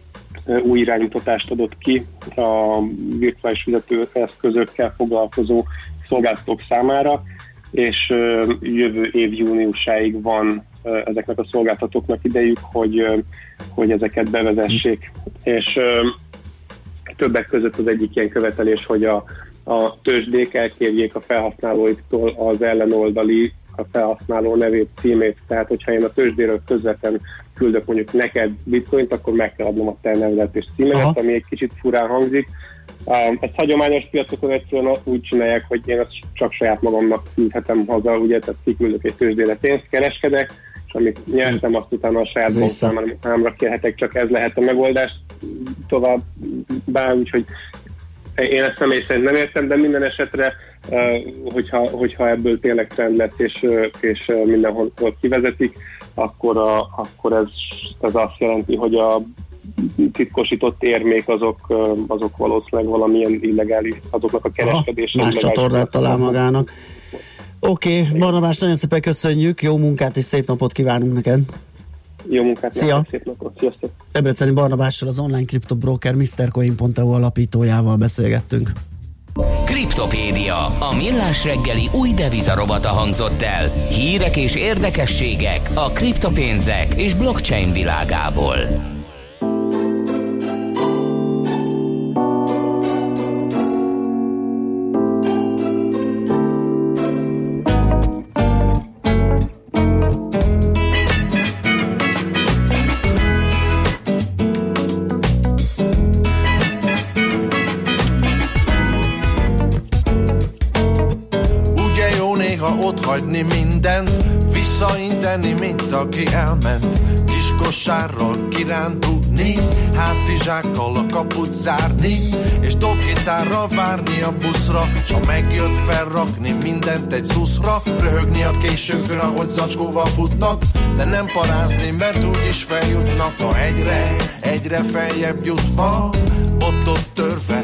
új iránymutatást adott ki a virtuális fizetőeszközökkel foglalkozó szolgáltatók számára, és uh, jövő év júniusáig van uh, ezeknek a szolgáltatóknak idejük, hogy, uh, hogy ezeket bevezessék. És uh, többek között az egyik ilyen követelés, hogy a, a tőzsdék elkérjék a felhasználóiktól az ellenoldali, a felhasználó nevét, címét. Tehát, hogyha én a tőzsdéről közvetlen küldök mondjuk neked bitcoint, akkor meg kell adnom a te nevedet és címedet, ami egy kicsit furán hangzik. Um, ezt hagyományos piacokon egyszerűen úgy csinálják, hogy én ezt csak saját magamnak küldhetem haza, ugye, tehát kiküldök egy tőzsdére pénzt, kereskedek, és amit nyertem, azt utána a saját bankszámra kérhetek, csak ez lehet a megoldás tovább, bár úgyhogy én ezt személy szerint nem értem, de minden esetre, hogyha, hogyha ebből tényleg trend lett, és, és mindenhol kivezetik, akkor, a, akkor ez, ez azt jelenti, hogy a titkosított érmék azok, azok valószínűleg valamilyen illegális, azoknak a kereskedése. Más csatornát talál magának. Oké, okay, Barnabás, nagyon szépen köszönjük, jó munkát és szép napot kívánunk neked. Jó munkát, szia. Szép napot, sziasztok. Debreceni Barnabással, az online kriptobroker misztercoin pont e u alapítójával beszélgettünk. Kriptopédia, a millás reggeli új devizarobata hangzott el. Hírek és érdekességek a kriptopénzek és blockchain világából. Hagyni mindent, visszainteni, mint aki elment. Kis kosárral kirándulni, hátizsákkal a kaput zárni, és dobgitárral várni a buszra, s ha megjött felrakni mindent egy szuszra, röhögni a későkön, ahogy zacskóval futnak, de nem parázni, mert úgyis feljutnak a hegyre, egyre feljebb jutva, ott-ott törve, néha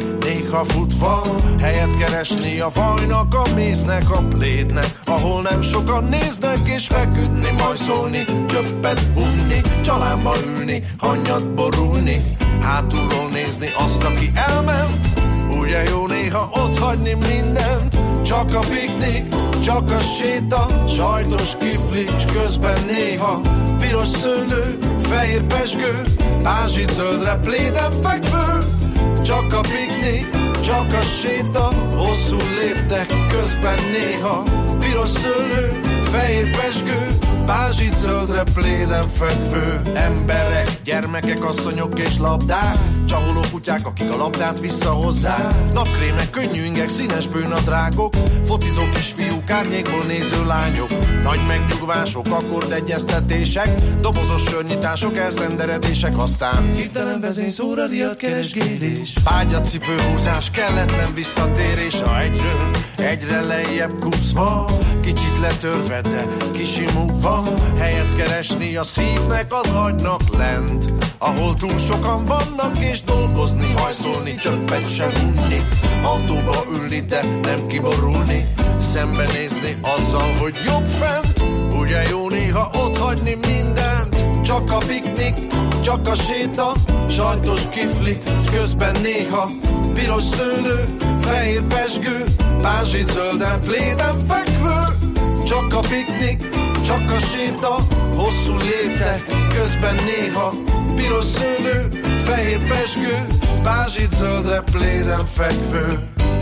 néha futva, helyet keresni a vajnak, a méznek, a plédnek, ahol nem sokan néznek, és feküdni, majszolni, csöppet hunni, családba ülni, hannyat borulni, hátulról nézni azt, aki elment. Ugye jó néha otthagyni mindent, csak a piknik, csak a séta, sajtos kifli, s közben néha piros szőlő, fehér pezsgő, pázsit zöldre pléden fekvő. Csak a piknik, csak a séta, hosszú léptek, közben néha piros szőlő, fehér pezsgő, pázsit zöldre pléden fekvő. Emberek, gyermekek, asszonyok és labdák, csaholó kutyák, akik a labdát visszahozzák, napkrémek, könnyű ingek, színes bőnadrágok, focizó kisfiúk, árnyékból néző lányok, nagy megnyugvások, akkordegyeztetések, dobozos sörnyitások, elszenderedések, aztán hirtelen vezényszóra riadt keresgélés, págyacipőhúzás, kelletlen visszatérés, a egyről egyre lejjebb kúszva, kicsit letörve, de kisimulva, helyet keresni a szívnek, az agynak lent, ahol túl sokan vannak, és dolgozni, hajszolni, csöppet sem unni, autóba ülni, de nem kiborulni, szembenézni azzal, hogy jobb fent. Ugye jó néha otthagyni mindent, csak a piknik, csak a séta, sajtos kiflik, közben néha piros szőlő, fehér pezsgő, pázsit zölden pléden fekvő. Csak a piknik, csak a séta, hosszú léptek, közben néha piros szőlő, fehér pezsgő, pázsit zöldre pléden fekvő.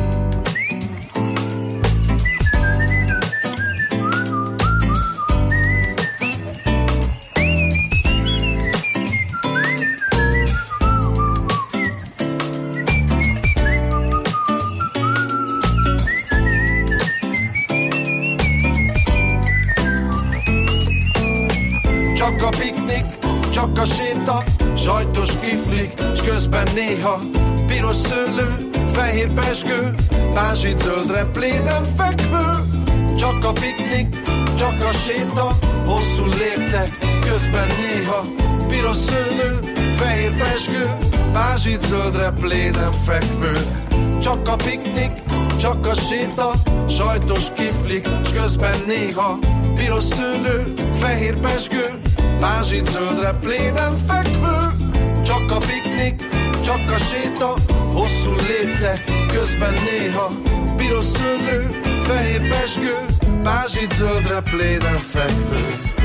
Csak a piknik, csak a séta, sajtos kiflik, s közben néha piros szőlő, fehér pezsgő, pázsit zöldre pléden fekvő. Csak a piknik, csak a séta, hosszú léptek, közben néha piros szőlő, fehér pezsgő, pázsit zöldre pléden fekvő. Csak a piknik, csak a séta, sajtos kiflik, s közben néha piros szőlő, fehér pezsgő, pázsit zöldre pléden fekvő. Csak a piknik, csak a séta, hosszú léptek, közben néha piros szőlő, fehér pezsgő, pázsit zöldre pléden fekvő.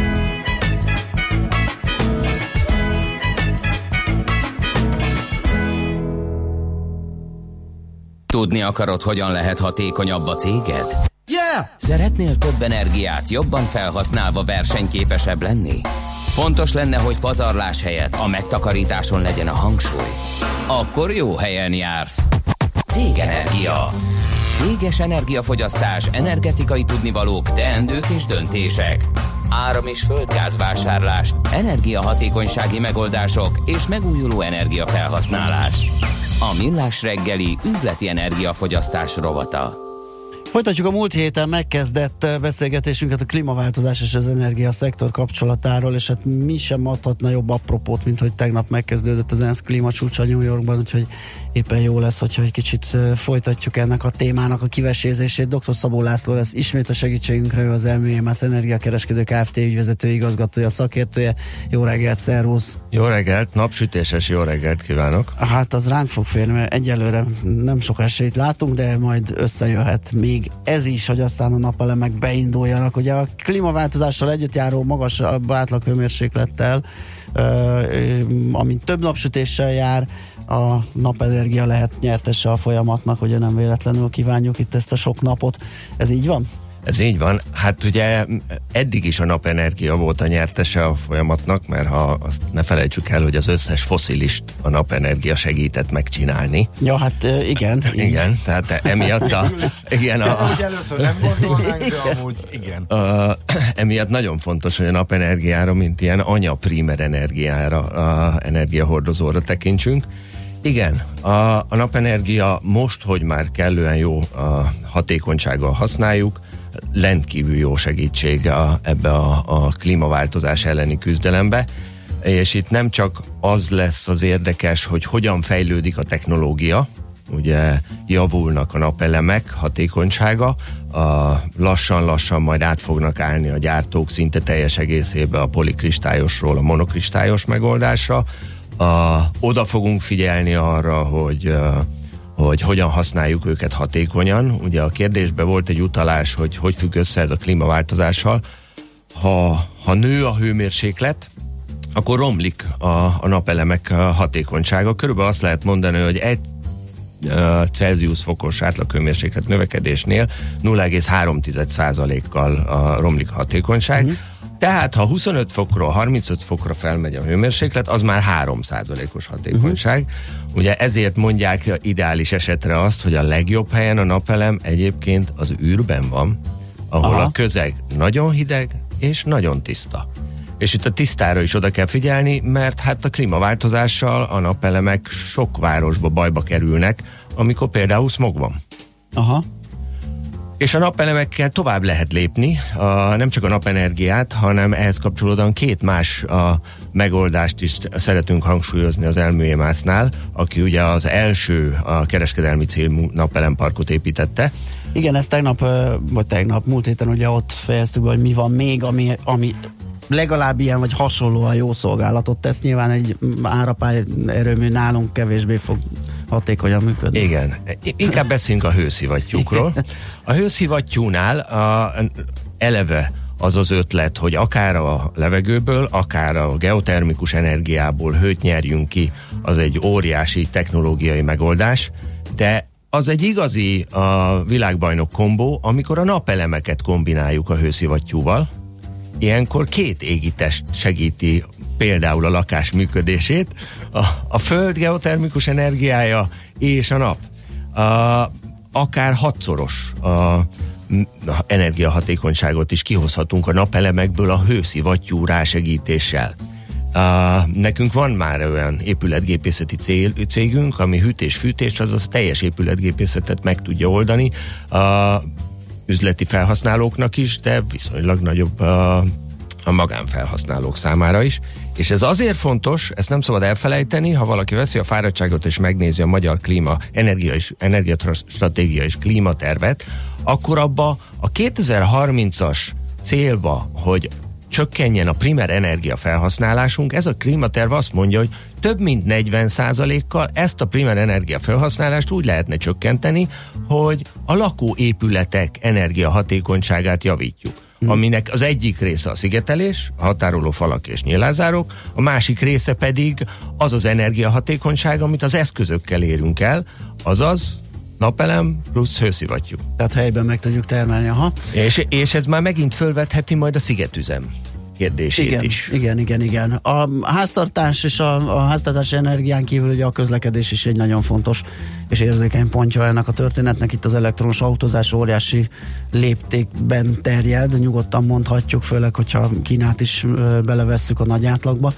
Tudni akarod, hogyan lehet hatékonyabb a céged? Yeah! Szeretnél több energiát jobban felhasználva versenyképesebb lenni? Fontos lenne, hogy pazarlás helyett a megtakarításon legyen a hangsúly. Akkor jó helyen jársz. Cégenergia. Céges energiafogyasztás, energetikai tudnivalók, teendők és döntések. Áram- és földgázvásárlás, energiahatékonysági megoldások és megújuló energiafelhasználás. A Millás reggeli üzleti energiafogyasztás rovata. Folytatjuk a múlt héten megkezdett beszélgetésünket a klímaváltozás és az energiaszektor kapcsolatáról, és hát mi sem adhatna jobb apropót, mint hogy tegnap megkezdődött az ENSZ klímacsúcsa New Yorkban, úgyhogy éppen jó lesz, hogyha egy kicsit folytatjuk ennek a témának a kivesézését. doktor Szabó László lesz ismét a segítségünkre, ő az em vé em es Energiakereskedő Kft. Ügyvezető igazgatója, szakértője. Jó reggelt, szervusz! Jó reggelt, napsütéses jó reggelt kívánok! Hát az ránk fog férni, mert egyelőre nem sok esélyt látunk, de majd összejöhet még ez is, hogy aztán a napelemek beinduljanak. Ugye a klímaváltozással együtt járó magasabb átlaghőmérséklettel, amint több napsütéssel jár, a napenergia lehet nyertese a folyamatnak, ugye nem véletlenül kívánjuk itt ezt a sok napot. Ez így van? Ez így van. Hát ugye eddig is a napenergia volt a nyertese a folyamatnak, mert ha azt ne felejtsük el, hogy az összes fosszilis a napenergia segített megcsinálni. Ja, hát igen. Igen, tehát emiatt a... igen, a, úgy először nem gondolnánk, de amúgy igen. A, emiatt nagyon fontos, hogy a napenergiára, mint ilyen anya-primer energiára, a energiahordozóra tekintsünk. Igen, a, a napenergia most, hogy már kellően jó a hatékonysággal használjuk, rendkívül jó segítség a, ebbe a, a klímaváltozás elleni küzdelembe, és itt nem csak az lesz az érdekes, hogy hogyan fejlődik a technológia, ugye javulnak a napelemek hatékonysága, a lassan-lassan majd át fognak állni a gyártók szinte teljes egészébe a polikristályosról a monokristályos megoldásra. A, oda fogunk figyelni arra, hogy hogy hogyan használjuk őket hatékonyan. Ugye a kérdésben volt egy utalás, hogy hogy függ össze ez a klímaváltozással. Ha, ha nő a hőmérséklet, akkor romlik a, a napelemek hatékonysága. Körülbelül azt lehet mondani, hogy egy uh, Celsius fokos átlaghőmérséklet növekedésnél nulla egész három százalékkal uh, romlik a hatékonyság. Uh-huh. Tehát, ha huszonöt fokról harmincöt fokra felmegy a hőmérséklet, az már három százalékos hatékonyság. Uh-huh. Ugye ezért mondják ideális esetre azt, hogy a legjobb helyen a napelem egyébként az űrben van, ahol Aha. a közeg nagyon hideg és nagyon tiszta. És itt a tisztára is oda kell figyelni, mert hát a klímaváltozással a napelemek sok városba bajba kerülnek, amikor például szmog van. Aha. És a napelemekkel tovább lehet lépni, a, nem csak a napenergiát, hanem ehhez kapcsolódóan két más a megoldást is szeretünk hangsúlyozni az Elmű-Émásznál, aki ugye az első a kereskedelmi célú napelemparkot építette. Igen, ezt tegnap, vagy tegnap, múlt héten ugye ott fejeztük, hogy mi van még, ami, ami legalább ilyen vagy hasonlóan jó szolgálatot tesz. Nyilván egy árapály erőmű nálunk kevésbé fog hatékonyan működni. Igen. Inkább beszéljünk a hőszivattyúkról. A hőszivattyúnál a, eleve az az ötlet, hogy akár a levegőből, akár a geotermikus energiából hőt nyerjünk ki, az egy óriási technológiai megoldás, de az egy igazi a világbajnok kombó, amikor a napelemeket kombináljuk a hőszivattyúval. Ilyenkor két égitest segíti például a lakás működését, a, a föld geotermikus energiája és a nap. A, akár hatszoros a, energiahatékonyságot is kihozhatunk a napelemekből a hőszivattyú rásegítéssel. Uh, nekünk van már olyan épületgépészeti cél, cégünk, ami hűtés-fűtés, azaz teljes épületgépészetet meg tudja oldani a uh, üzleti felhasználóknak is, de viszonylag nagyobb uh, a magánfelhasználók számára is. És ez azért fontos, ezt nem szabad elfelejteni, ha valaki veszi a fáradtságot és megnézi a magyar klíma, energia és, energiastratégia és klímatervet, akkor abba a kétezer-harmincas célba, hogy csökkenjen a primer energia felhasználásunk, ez a klímaterv azt mondja, hogy több mint negyven százalékkal ezt a primer energia felhasználást úgy lehetne csökkenteni, hogy a lakóépületek energiahatékonyságát javítjuk. Hmm. Aminek az egyik része a szigetelés, a határoló falak és nyílászárok, a másik része pedig az az energiahatékonyság, amit az eszközökkel érünk el, azaz napelem plusz hőszivattyú. Tehát helyben meg tudjuk termelni, aha. És, és ez már megint fölvetheti majd a szigetüzem kérdését igen, is. Igen, igen, igen. A háztartás és a, a háztartási energián kívül ugye a közlekedés is egy nagyon fontos és érzékeny pontja ennek a történetnek. Itt az elektromos autózás óriási léptékben terjed, nyugodtan mondhatjuk, főleg, hogyha Kínát is belevesszük a nagy átlagba.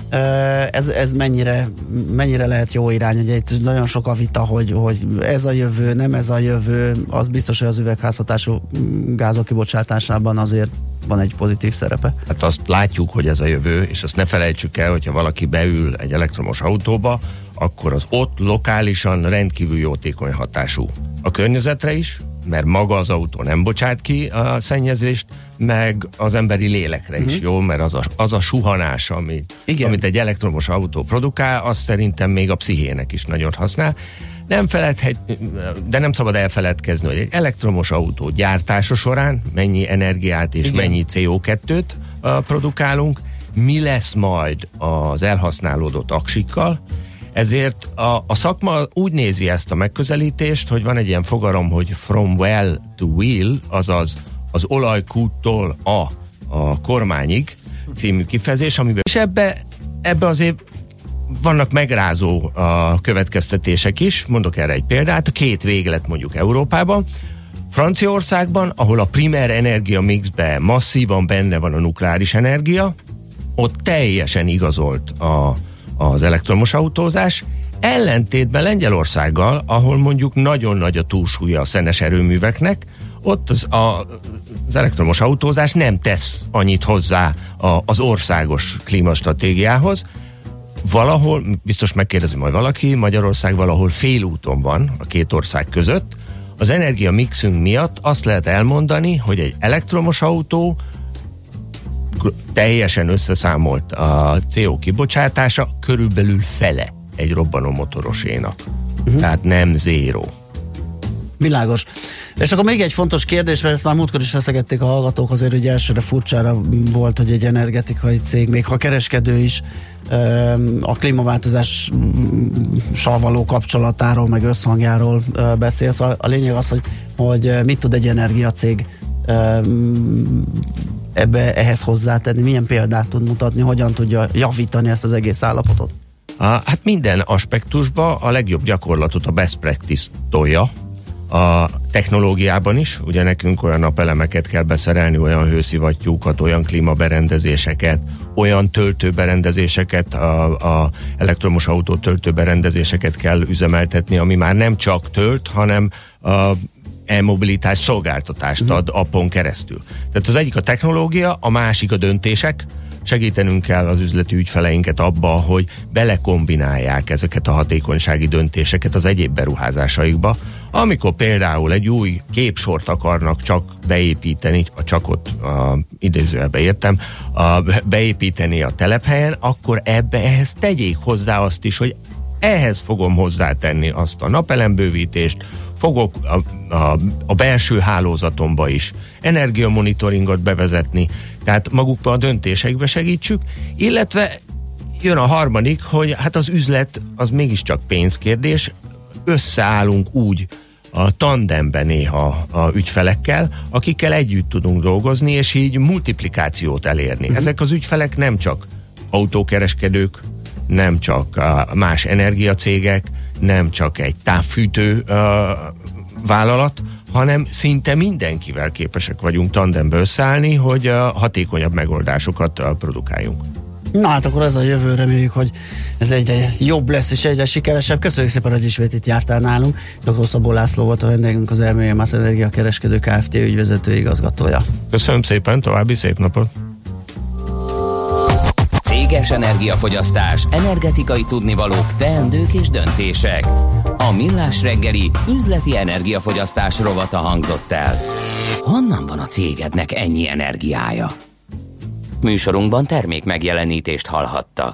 Ez, ez mennyire, mennyire lehet jó irány? Ugye itt nagyon sok a vita, hogy, hogy ez a jövő, nem ez a jövő. Az biztos, hogy az üvegházhatású gázok kibocsátásában azért van egy pozitív szerepe. Hát azt látjuk, hogy ez a jövő, és azt ne felejtsük el, hogyha valaki beül egy elektromos autóba, akkor az ott lokálisan rendkívül jótékony hatású. A környezetre is, mert maga az autó nem bocsát ki a szennyezést, meg az emberi lélekre uh-huh. is jó, mert az a, az a suhanás, ami, amit egy elektromos autó produkál, az szerintem még a pszichének is nagyon használ. Nem feledhet, de nem szabad elfeledkezni, hogy egy elektromos autó gyártása során mennyi energiát és Igen. mennyi cé o kettőt uh, produkálunk, mi lesz majd az elhasználódott aksikkal. Ezért a, a szakma úgy nézi ezt a megközelítést, hogy van egy ilyen fogalom, hogy from well to wheel, azaz az olajkúttól a, a kormányig című kifejezés, amiben és ebbe, ebbe azért vannak megrázó a következtetések is, mondok erre egy példát, a két véglet mondjuk Európában, Franciaországban, ahol a primer energia mixben masszívan benne van a nukleáris energia, ott teljesen igazolt a, az elektromos autózás, ellentétben Lengyelországgal, ahol mondjuk nagyon nagy a túlsúlya a szenes erőműveknek, ott az, a, az elektromos autózás nem tesz annyit hozzá a, az országos klímastratégiához. valahol, biztos megkérdezi majd valaki, Magyarország valahol félúton van a két ország között. Az energia mixünk miatt azt lehet elmondani, hogy egy elektromos autó teljesen összeszámolt a cé o kibocsátása körülbelül fele egy robbanó motorosénak. Uh-huh. Tehát nem zéró. Világos. És akkor még egy fontos kérdés, mert ezt már múltkor is feszegették a hallgatók, azért ugye elsőre furcsára volt, hogy egy energetikai cég, még ha kereskedő is, a klímaváltozással való kapcsolatáról, meg összhangjáról beszél. Szóval a lényeg az, hogy, hogy mit tud egy energiacég ebbe, ehhez hozzátenni, milyen példát tud mutatni, hogyan tudja javítani ezt az egész állapotot? A, hát minden aspektusban a legjobb gyakorlatot, a best practice tolja, a technológiában is, ugye nekünk olyan napelemeket kell beszerelni, olyan hőszivattyúkat, olyan klímaberendezéseket, olyan töltőberendezéseket, a, a elektromos autó töltőberendezéseket kell üzemeltetni, ami már nem csak tölt, hanem a e-mobilitás szolgáltatást ad appon keresztül. Tehát az egyik a technológia, a másik a döntések. Segítenünk kell az üzleti ügyfeleinket abba, hogy belekombinálják ezeket a hatékonysági döntéseket az egyéb beruházásaikba. Amikor például egy új képsort akarnak csak beépíteni, a csakot a, idézőjelbe értem, a, beépíteni a telephelyen, akkor ebbe ehhez tegyék hozzá azt is, hogy ehhez fogom hozzátenni azt a napelembővítést, fogok a, a, a belső hálózatomba is energiamonitoringot bevezetni, tehát magukba a döntésekbe segítsük, illetve jön a harmadik, hogy hát az üzlet az mégiscsak pénzkérdés, összeállunk úgy a tandemben néha a ügyfelekkel, akikkel együtt tudunk dolgozni, és így multiplikációt elérni. Uh-huh. Ezek az ügyfelek nem csak autókereskedők, nem csak uh, más energiacégek, nem csak egy távfűtő uh, vállalat, hanem szinte mindenkivel képesek vagyunk tandembe összeállni, hogy uh, hatékonyabb megoldásokat uh, produkáljunk. Na hát akkor ez a jövő, reméljük, hogy ez egyre jobb lesz és egyre sikeresebb. Köszönjük szépen, hogy ismét itt jártál nálunk. doktor Szabó László volt a vendégünk, az em e Energia Kereskedő Kft. Ügyvezető igazgatója. Köszönöm szépen, további szép napot! Céges energiafogyasztás, energetikai tudnivalók, teendők és döntések. A Millás reggeli üzleti energiafogyasztás rovata hangzott el. Honnan van a cégednek ennyi energiája? Műsorunkban termék megjelenítést hallhattak.